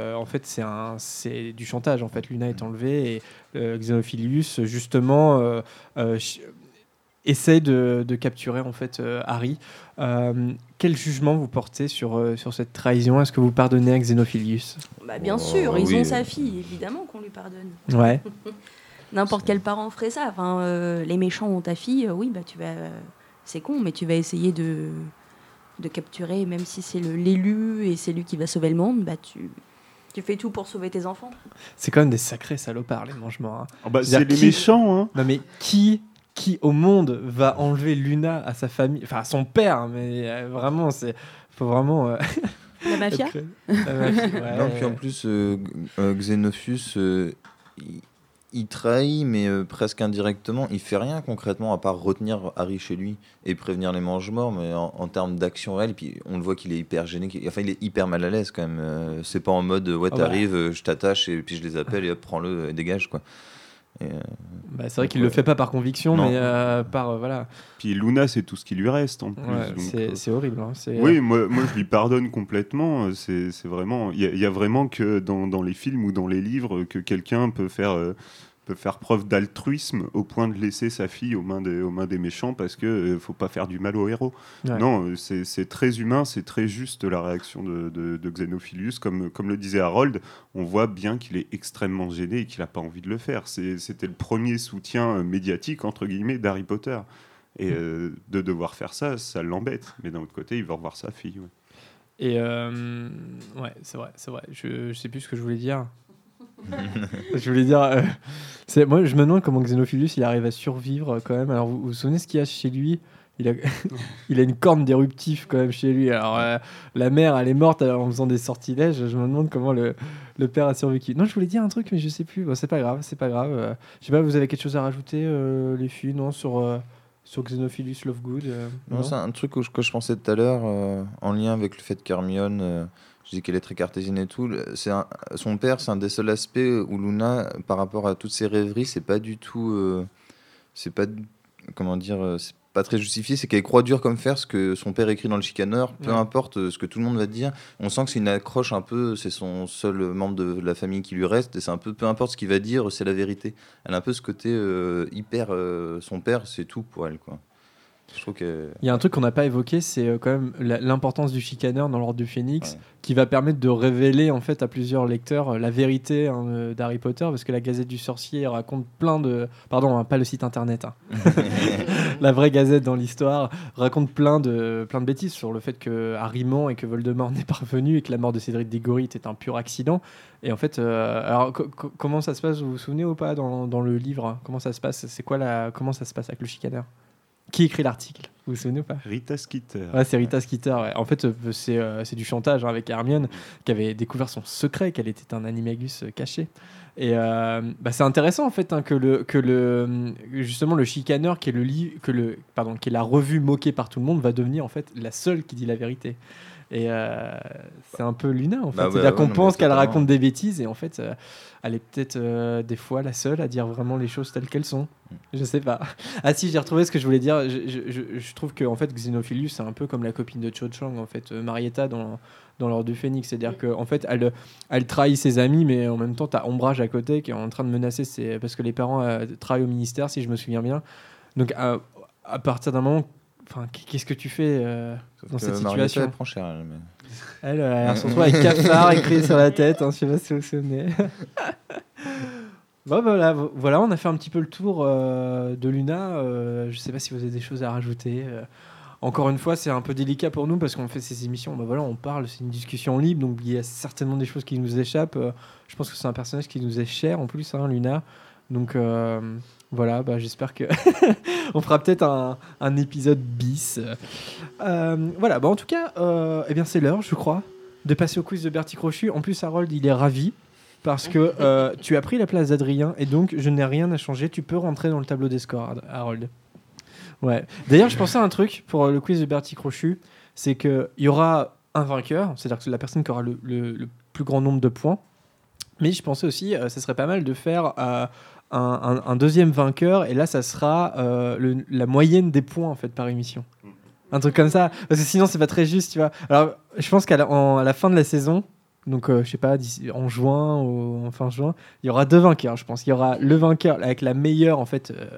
c'est du chantage. En fait, Luna est enlevée et Xenophilius justement essaie de capturer en fait Harry. Quel jugement vous portez sur cette trahison ? Est-ce que vous pardonnez à Xenophilius ? Bien sûr, ils ont sa fille, évidemment qu'on lui pardonne. Ouais. N'importe quel parent ferait ça. Enfin, les méchants ont ta fille, oui, tu vas... C'est con, mais tu vas essayer de capturer, même si c'est l'élu et c'est lui qui va sauver le monde, tu fais tout pour sauver tes enfants. C'est quand même des sacrés salopards, les mange-morts. C'est les méchants. Hein. Non, mais qui au monde va enlever Luna à sa famille, enfin à son père, mais vraiment, faut vraiment... La mafia. Non, puis en plus, Xenophus, il trahit, mais presque indirectement. Il fait rien concrètement à part retenir Harry chez lui et prévenir les mange-morts, mais en termes d'action réelle, puis on le voit qu'il est hyper gêné, il est hyper mal à l'aise quand même. C'est pas en mode t'arrives, je t'attache et puis je les appelle et hop, prends-le et dégage quoi. C'est vrai qu'il le fait pas par conviction, mais par voilà. Puis Luna, c'est tout ce qui lui reste en plus. C'est horrible. Hein. Oui, moi je lui pardonne complètement. C'est vraiment, il y a vraiment que dans les films ou dans les livres que quelqu'un peut faire preuve d'altruisme au point de laisser sa fille aux mains des méchants parce que faut pas faire du mal au héros. Ouais. Non, c'est très humain, c'est très juste la réaction de Xenophilius. Comme le disait Harold, on voit bien qu'il est extrêmement gêné et qu'il n'a pas envie de le faire. C'était le premier soutien médiatique entre guillemets d'Harry Potter. Et de devoir faire ça l'embête. Mais d'un autre côté, il veut revoir sa fille. Ouais. Et ouais, c'est vrai. Je sais plus ce que je voulais dire. Je voulais dire, moi je me demande comment Xenophilius il arrive à survivre quand même. Alors vous vous souvenez ce qu'il y a chez lui ? Il a une corne d'éruptif quand même chez lui. Alors la mère elle est morte en faisant des sortilèges. Je me demande comment le père a survécu. Non, je voulais dire un truc mais je sais plus. Bon, c'est pas grave. Je sais pas, vous avez quelque chose à rajouter les filles, non, sur Xenophilius Lovegood non, c'est un truc que je pensais tout à l'heure en lien avec le fait qu'Hermione je dis qu'elle est très cartésienne et tout. Son père, c'est un des seuls aspects où Luna, par rapport à toutes ses rêveries, c'est pas du tout... c'est pas très justifié. C'est qu'elle croit dur comme fer ce que son père écrit dans le chicaneur, peu importe ce que tout le monde va dire. On sent que c'est une accroche un peu, c'est son seul membre de la famille qui lui reste, et c'est un peu, peu importe ce qu'il va dire, c'est la vérité. Elle a un peu ce côté hyper... son père, c'est tout pour elle, quoi. Je trouve que... Il y a un truc qu'on n'a pas évoqué, c'est quand même l'importance du chicaneur dans l'ordre du Phénix, qui va permettre de révéler en fait à plusieurs lecteurs la vérité d'Harry Potter, parce que la Gazette du Sorcier raconte plein de... Pardon, pas le site internet. La vraie Gazette dans l'histoire raconte plein de bêtises sur le fait que Harry ment et que Voldemort n'est pas revenu et que la mort de Cédric Diggory était un pur accident. Et en fait, alors comment ça se passe, vous vous souvenez ou pas dans le livre ? Comment ça se passe ? Comment ça se passe avec le chicaneur ? Qui écrit l'article ? Vous vous souvenez ou pas ? Rita Skeeter. Ouais, c'est Rita Skeeter. Ouais. En fait, c'est du chantage avec Hermione, qui avait découvert son secret, qu'elle était un animagus caché. Et c'est intéressant en fait que justement le chicaneur, qui est la revue moquée par tout le monde, va devenir en fait la seule qui dit la vérité. Et c'est un peu Luna en fait. C'est-à-dire qu'on pense qu'elle raconte des bêtises et en fait elle est peut-être des fois la seule à dire vraiment les choses telles qu'elles sont. Je sais pas. Ah si, j'ai retrouvé ce que je voulais dire. Je trouve que en fait Xenophilius c'est un peu comme la copine de Cho Chang en fait, Marietta dans l'ordre du Phénix. C'est-à-dire qu'en fait elle trahit ses amis, mais en même temps t'as Ombrage à côté qui est en train de menacer parce que les parents travaillent au ministère si je me souviens bien. Donc à partir d'un moment, enfin, qu'est-ce que tu fais dans cette situation ? Elle prend cher. Elle se retrouve avec cafard écrit sur la tête. Je sais pas si vous vous souvenez. Bon, voilà, on a fait un petit peu le tour de Luna. Je sais pas si vous avez des choses à rajouter. Encore une fois, c'est un peu délicat pour nous parce qu'on fait ces émissions. On parle, c'est une discussion libre, donc il y a certainement des choses qui nous échappent. Je pense que c'est un personnage qui nous est cher en plus, Luna. Donc voilà, j'espère que on fera peut-être un épisode bis. Voilà, en tout cas, c'est l'heure, je crois, de passer au quiz de Bertie Crochu. En plus, Harold, il est ravi parce que tu as pris la place d'Adrien et donc je n'ai rien à changer. Tu peux rentrer dans le tableau des scores, Harold. Ouais. D'ailleurs, je pensais à un truc pour le quiz de Bertie Crochu, c'est qu'il y aura un vainqueur, c'est-à-dire que c'est la personne qui aura le plus grand nombre de points. Mais je pensais aussi, ça serait pas mal de faire un deuxième vainqueur, et là, ça sera la moyenne des points en fait par émission. Un truc comme ça, parce que sinon, c'est pas très juste, tu vois. Alors, je pense qu'à la fin de la saison, donc je sais pas, en juin ou en fin juin, il y aura deux vainqueurs. Je pense qu'il y aura le vainqueur avec la meilleure en fait,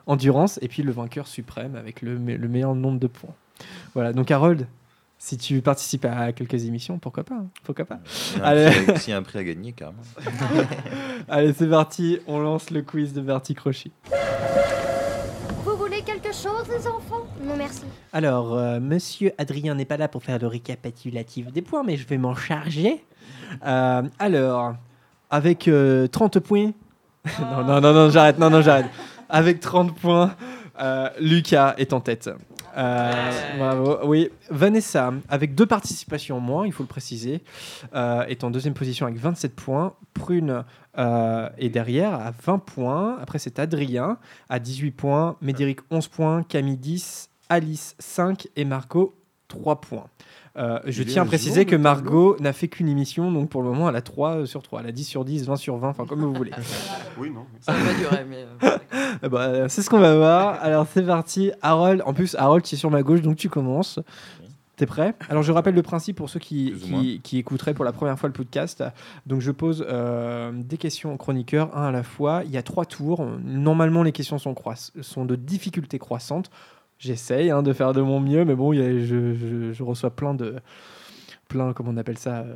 endurance, et puis le vainqueur suprême avec le meilleur nombre de points. Voilà, donc Harold, si tu participes à quelques émissions, pourquoi pas, hein, pourquoi pas. S'il y a un prix à gagner, carrément. Allez, c'est parti, on lance le quiz de Bertie Crochy. Vous voulez quelque chose, les enfants? Non, merci. Alors, monsieur Adrien n'est pas là pour faire le récapitulatif des points, mais je vais m'en charger. Alors, avec 30 points... non, j'arrête. Avec 30 points, Lucas est en tête. Bravo. Oui, Vanessa, avec 2 participations en moins, il faut le préciser, est en deuxième position avec 27 points. Prune est derrière à 20 points. Après, c'est Adrien à 18 points. Médéric, 11 points. Camille, 10. Alice, 5. Et Margot, 3 points. Je tiens à préciser que Margot n'a fait qu'une émission, donc pour le moment, elle a 3 sur 3. Elle a 10 sur 10, 20 sur 20, enfin comme vous voulez. Oui, non. Ça va durer, mais... C'est ce qu'on va voir. Alors, c'est parti. Harold, en plus, Harold, tu es sur ma gauche, donc tu commences. T'es prêt? Alors, je rappelle le principe pour ceux qui écouteraient pour la première fois le podcast. Donc, je pose des questions aux chroniqueurs, un à la fois. Il y a 3 tours. Normalement, les questions sont de difficulté croissante. J'essaye de faire de mon mieux, mais bon, je reçois plein, comment on appelle ça,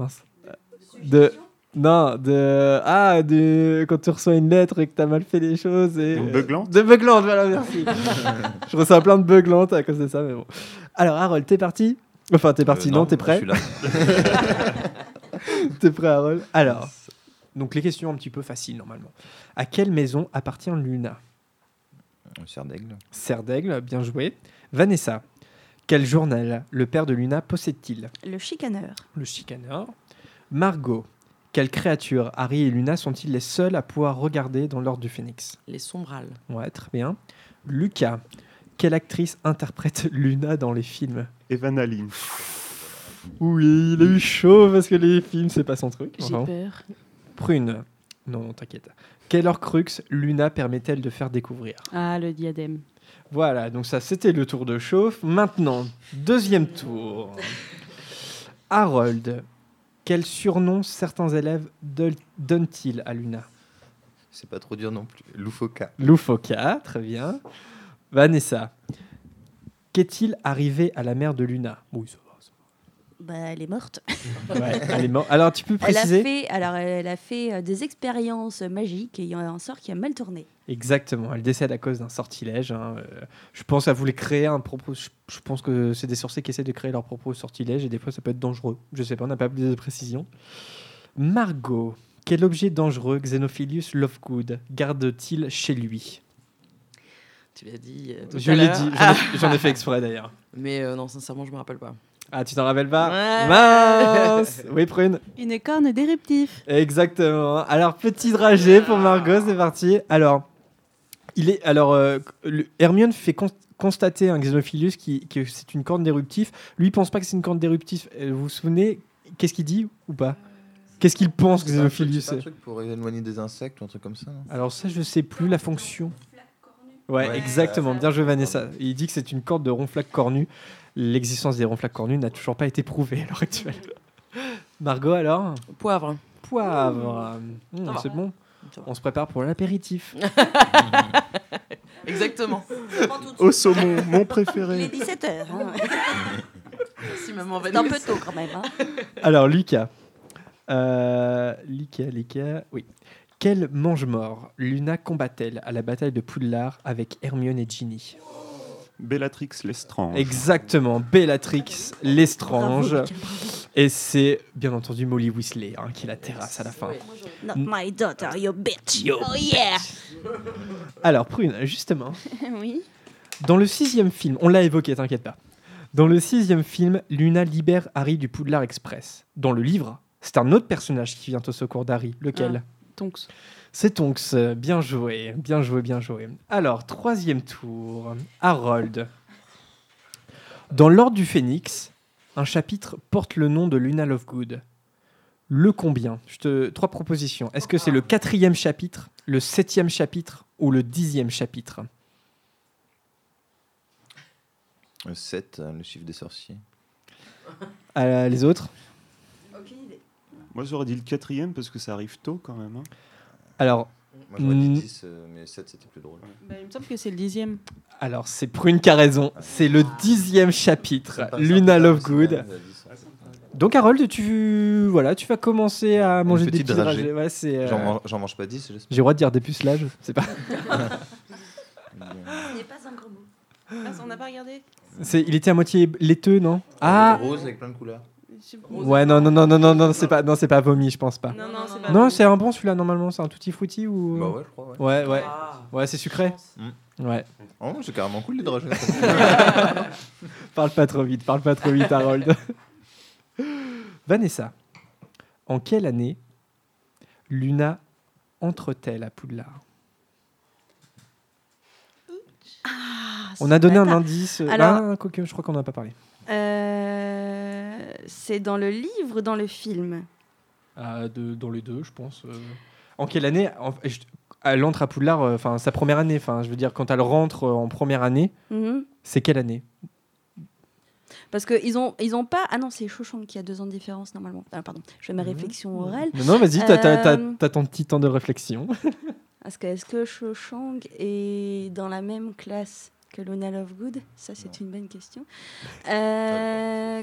quand tu reçois une lettre et que tu as mal fait les choses. Beuglantes. De beuglantes, voilà, merci. Je reçois plein de beuglantes à cause de ça, mais bon. Alors, Harold, t'es parti? Enfin, t'es parti, non, t'es prêt? Je suis là. T'es prêt, Harold? Alors, donc les questions un petit peu faciles, normalement. À quelle maison appartient Luna? Serre d'Aigle, bien joué. Vanessa, quel journal le père de Luna possède-t-il? Le Chicaneur. Le Chicaneur. Margot, quelle créature Harry et Luna sont-ils les seuls à pouvoir regarder dans l'Ordre du Phénix? Les Sombrales. Ouais, très bien. Lucas, quelle actrice interprète Luna dans les films? Evan Allen. Oui, il a eu chaud parce que les films, c'est pas son truc. J'ai peur. Prune, non, t'inquiète. Quel Horcrux Luna permet-elle de faire découvrir? Ah, le diadème. Voilà, donc ça, c'était le tour de chauffe. Maintenant, deuxième tour. Harold, quel surnom certains élèves donnent-ils à Luna? C'est pas trop dur non plus. Loufoka. Loufoka, très bien. Vanessa, qu'est-il arrivé à la mère de Luna? Oui, ça va. Elle est morte. Ouais, elle est morte. Alors, tu peux préciser? Elle a fait des expériences magiques et il y a un sort qui a mal tourné. Exactement, elle décède à cause d'un sortilège. Je pense qu'elle voulait créer un propre. Je pense que c'est des sorciers qui essaient de créer leur propre sortilège et des fois ça peut être dangereux. Je sais pas, on n'a pas plus de précision. Margot, quel objet dangereux Xenophilius Lovegood garde-t-il chez lui? Tu l'as dit. Je l'ai dit, j'en ai fait exprès d'ailleurs. Mais non, sincèrement, je me rappelle pas. Ah, tu t'en rappelles pas? Ouais. Mince. Oui, Prune. Une corne d'éruptif. Exactement. Alors, petit dragé pour Margot, c'est parti. Alors, Hermione fait constater à Xenophilius que c'est une corne d'éruptif. Lui, il pense pas que c'est une corne d'éruptif. Vous vous souvenez? Qu'est-ce qu'il dit ou pas? Qu'est-ce qu'il pense, Xenophilius? C'est un truc pour éloigner des insectes ou un truc comme ça, non? Alors ça, je sais plus la fonction. Ouais, exactement. Bien joué, Vanessa. Il dit que c'est une corde de ronflac cornu. L'existence des ronflacs cornus n'a toujours pas été prouvée à l'heure actuelle. Margot, alors? Poivre. C'est bon. On se prépare pour l'apéritif. Exactement. Au saumon, mon préféré. Il est 17h. Merci, maman. C'est un peu tôt quand même. Alors, Lucas. Oui. Quel mange-mort Luna combat-elle à la bataille de Poudlard avec Hermione et Ginny? Bellatrix Lestrange. Exactement, Bellatrix Lestrange. Et c'est bien entendu Molly Weasley qui la terrasse à la fin. Not my daughter, you bitch. Oh yeah. Alors, Prune, justement. Oui. Dans le 6e film, on l'a évoqué, t'inquiète pas. Dans le 6e film, Luna libère Harry du Poudlard Express. Dans le livre, c'est un autre personnage qui vient au secours d'Harry. Lequel? Tonks. C'est Tonks. Bien joué. Alors, 3e tour. Harold. Dans l'Ordre du Phénix, un chapitre porte le nom de Luna Lovegood. Le combien? 3 propositions. Est-ce que c'est le 4e chapitre, le 7e chapitre ou le 10e chapitre? Le 7, le chiffre des sorciers. Les autres? Moi, j'aurais dit le 4e parce que ça arrive tôt quand même. Alors, Moi j'aurais dit 10, mais 7 c'était plus drôle. Bah, il me semble que c'est le 10e. Alors, c'est Prune qui a raison. C'est le 10e chapitre, Luna Lovegood. Donc, Harold, tu vas commencer à manger des petits dragées. Ouais, j'en mange pas 10, j'espère. J'ai le droit de dire dépucelage, c'est pas. Ce n'est pas un gros mot. Ah, on n'a pas regardé. Il était à moitié laiteux, non? Ah. Rose avec plein de couleurs. Ouais, non, c'est pas vomi, je pense pas. Non, c'est pas. Non, c'est un bon celui-là normalement, c'est un tutti frutti ou. Bah ouais, je crois. Ouais. Ouais, c'est sucré. Ouais. Oh, c'est carrément cool les dragées. Parle pas trop vite, Harold. Vanessa, en quelle année Luna entre-t-elle à Poudlard? On a donné un indice. Alors, je crois qu'on n'en a pas parlé. C'est dans le livre ou dans le film? Dans les deux, je pense. En quelle année elle entre à Poudlard, sa première année, je veux dire, quand elle rentre en première année, c'est quelle année? Parce qu'ils ont pas... Ah non, c'est Cho-Chang qui a 2 ans de différence normalement. Ah, pardon, je fais ma réflexion orale. Non, vas-y, t'as ton petit temps de réflexion. Est-ce que Cho-Chang est dans la même classe que Luna Lovegood? Ça, c'est une bonne question. T'as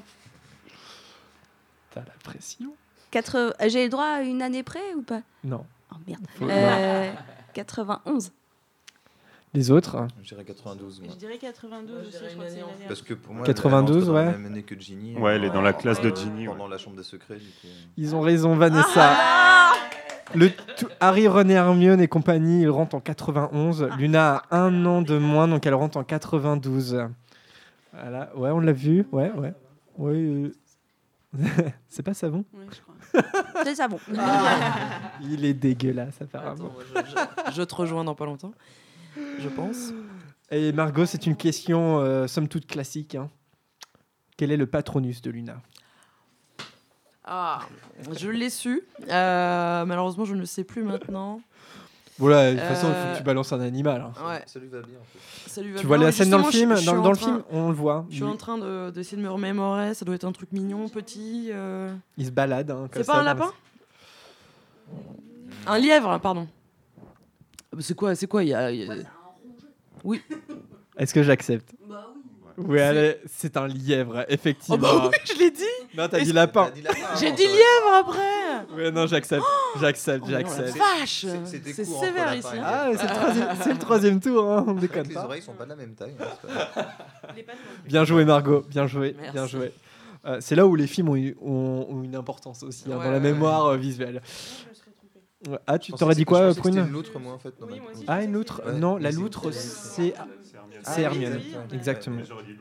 la pression. J'ai le droit à une année près ou pas? Non. Oh merde. 91. Les autres? Je dirais 92. Moi. Je dirais 92 aussi, je crois que c'est une année. Parce que pour moi, 92, elle entre dans la même année que Ginny. Ouais, elle est dans la classe de Ginny. Pendant la chambre des secrets. Du coup. Ils ont raison, Vanessa. Harry, Ron et Hermione et compagnie, ils rentrent en 91. Luna a 1 an de moins, donc elle rentre en 92. Voilà. Ouais, on l'a vu. Ouais. C'est pas savon? Oui, je crois. C'est savon. Il est dégueulasse, apparemment. Attends, je te rejoins dans pas longtemps, je pense. Et Margot, c'est une question somme toute classique. Quel est le patronus de Luna? Je l'ai su. Malheureusement, je ne le sais plus maintenant. Voilà, de toute façon, il faut que tu balances un animal. Ouais. Ça lui va bien. En fait. Tu vois la scène dans le film? Dans le film, on le voit. Je suis en train d'essayer de me remémorer. Ça doit être un truc mignon, petit. Il se balade. C'est pas un lapin? Un lièvre, pardon. C'est quoi? Oui. Est-ce que j'accepte? Bah oui. Oui, c'est un lièvre, effectivement. Oh bah oui, je l'ai dit. Non, t'as dit lapin. J'ai dit lièvre après. Oui, non, j'accepte. J'accepte. Vache. C'est sévère ici. C'est le troisième tour, on déconne Les pas. oreilles sont pas de la même taille. Bien joué, Margot. Bien joué. C'est là où les films ont une importance aussi, dans la mémoire visuelle. Ah, tu t'aurais dit quoi, Prune? C'était une loutre, moi, en fait. Ah, une loutre? Non, la loutre, c'est Hermione. Exactement.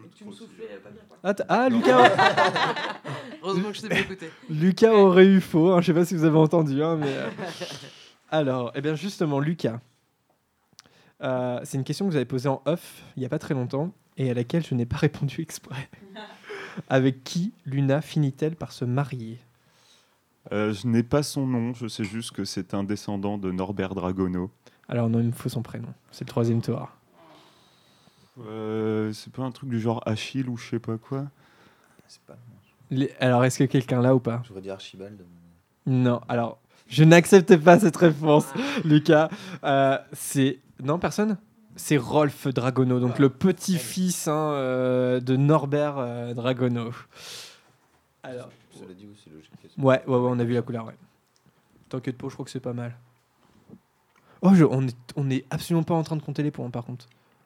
Lucas. Heureusement que je t'ai pas écouté. Lucas aurait eu faux. Je sais pas si vous avez entendu, mais. Alors, bien justement, Lucas. C'est une question que vous avez posée en off il y a pas très longtemps et à laquelle je n'ai pas répondu exprès. Avec qui Luna finit-elle par se marier? Je n'ai pas son nom, je sais juste que c'est un descendant de Norbert Dragono. Alors non, il me faut son prénom. C'est le 3e tour. C'est pas un truc du genre Achille ou je sais pas quoi? C'est pas. Alors, est-ce que quelqu'un l'a ou pas? J'aurais dit Archibald. Non, alors, je n'accepte pas cette réponse, Lucas. Non, personne? C'est Rolf Dragono, donc le petit-fils de Norbert Dragono. Alors... Cela dit, c'est logique. Ouais, on a vu la couleur, ouais. T'inquiète pas, je crois que c'est pas mal. Oh, on est absolument pas en train de compter les points, par contre.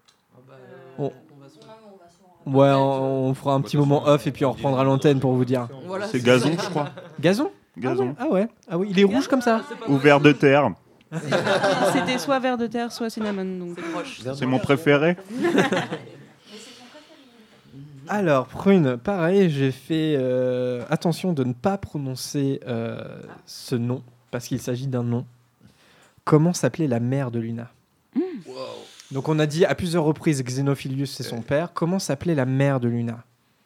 On fera un petit moment off et puis on reprendra l'antenne pour vous dire. Voilà, c'est Gazon, je crois. Gazon? Ah ouais. Ah oui, il est rouge comme ça. Ou vert de terre. C'était soit vert de terre, soit cinnamon. Donc. C'est mon préféré. Alors, Prune, pareil, j'ai fait attention de ne pas prononcer ce nom, parce qu'il s'agit d'un nom. Comment s'appelait la mère de Luna? Donc on a dit à plusieurs reprises Xenophilius, c'est son père. Comment s'appelait la mère de Luna?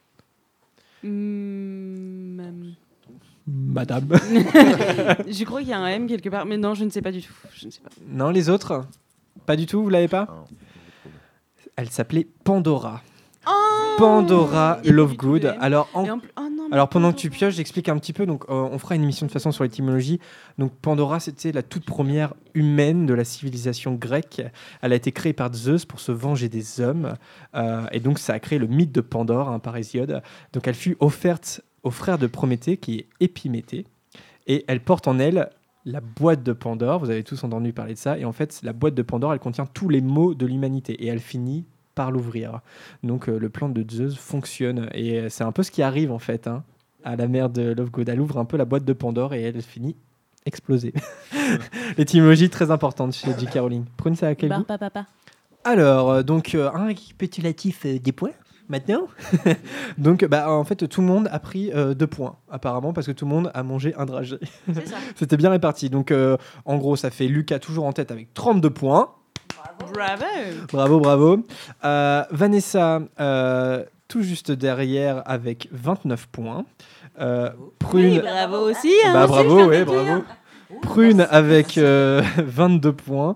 Madame. Je crois qu'il y a un M quelque part, mais non, je ne sais pas du tout. Je ne sais pas. Non, les autres? Pas du tout, vous l'avez pas? Elle s'appelait Pandora. Pandora Lovegood. Alors, Oh non, Alors pendant que tu pioches, j'explique un petit peu. Donc on fera une émission de façon sur l'étymologie. Donc Pandora, c'était la toute première humaine de la civilisation grecque. Elle a été créée par Zeus pour se venger des hommes. Et donc ça a créé le mythe de Pandore par Hésiode. Donc elle fut offerte au frère de Prométhée, qui est Épiméthée. Et elle porte en elle la boîte de Pandore. Vous avez tous entendu parler de ça. Et en fait, la boîte de Pandore, elle contient tous les maux de l'humanité. Et elle finit par l'ouvrir. Donc le plan de Zeus fonctionne. Et c'est un peu ce qui arrive en fait à la mère de Lovegood. Elle ouvre un peu la boîte de Pandore et elle finit explosée. L'étymologie très importante chez J.K. Rowling. Prune, ça à quel goût ? Papa. Alors, donc un récapitulatif des points maintenant. Donc en fait tout le monde a pris 2 points apparemment parce que tout le monde a mangé un dragée. C'est ça. C'était bien réparti. Donc en gros ça fait Lucas toujours en tête avec 32 points. Bravo. Vanessa tout juste derrière avec 29 points. Prune. Oui, bravo aussi. Bravo, oui, bravo. Prune avec 22 points.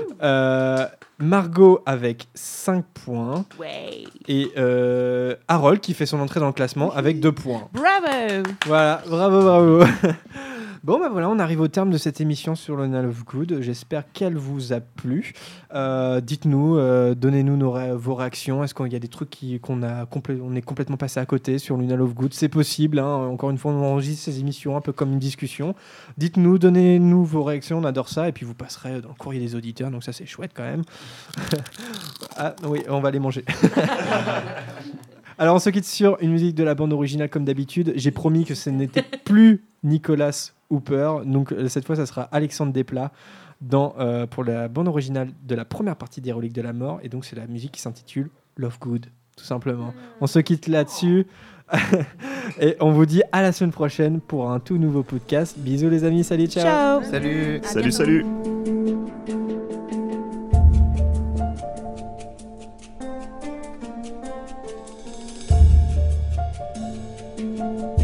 Margot avec 5 points. Ouais. Et Harold qui fait son entrée dans le classement avec 2 points. Bravo. Voilà, bravo. Bon, voilà, on arrive au terme de cette émission sur le Luna Lovegood. J'espère qu'elle vous a plu. Dites-nous, donnez-nous vos réactions. Est-ce qu'il y a des trucs on est complètement passé à côté sur Luna Lovegood ? C'est possible. Encore une fois, on enregistre ces émissions un peu comme une discussion. Dites-nous, donnez-nous vos réactions. On adore ça. Et puis, vous passerez dans le courrier des auditeurs. Donc ça, c'est chouette quand même. Ah oui, on va les manger. Alors, on se quitte sur une musique de la bande originale comme d'habitude. J'ai promis que ce n'était plus Nicolas Hooper. Donc cette fois, ça sera Alexandre Desplat pour la bande originale de la première partie des Reliques de la Mort. Et donc c'est la musique qui s'intitule Lovegood, tout simplement. On se quitte là-dessus. Et on vous dit à la semaine prochaine pour un tout nouveau podcast. Bisous les amis, salut, ciao. Salut. Salut. Thank you.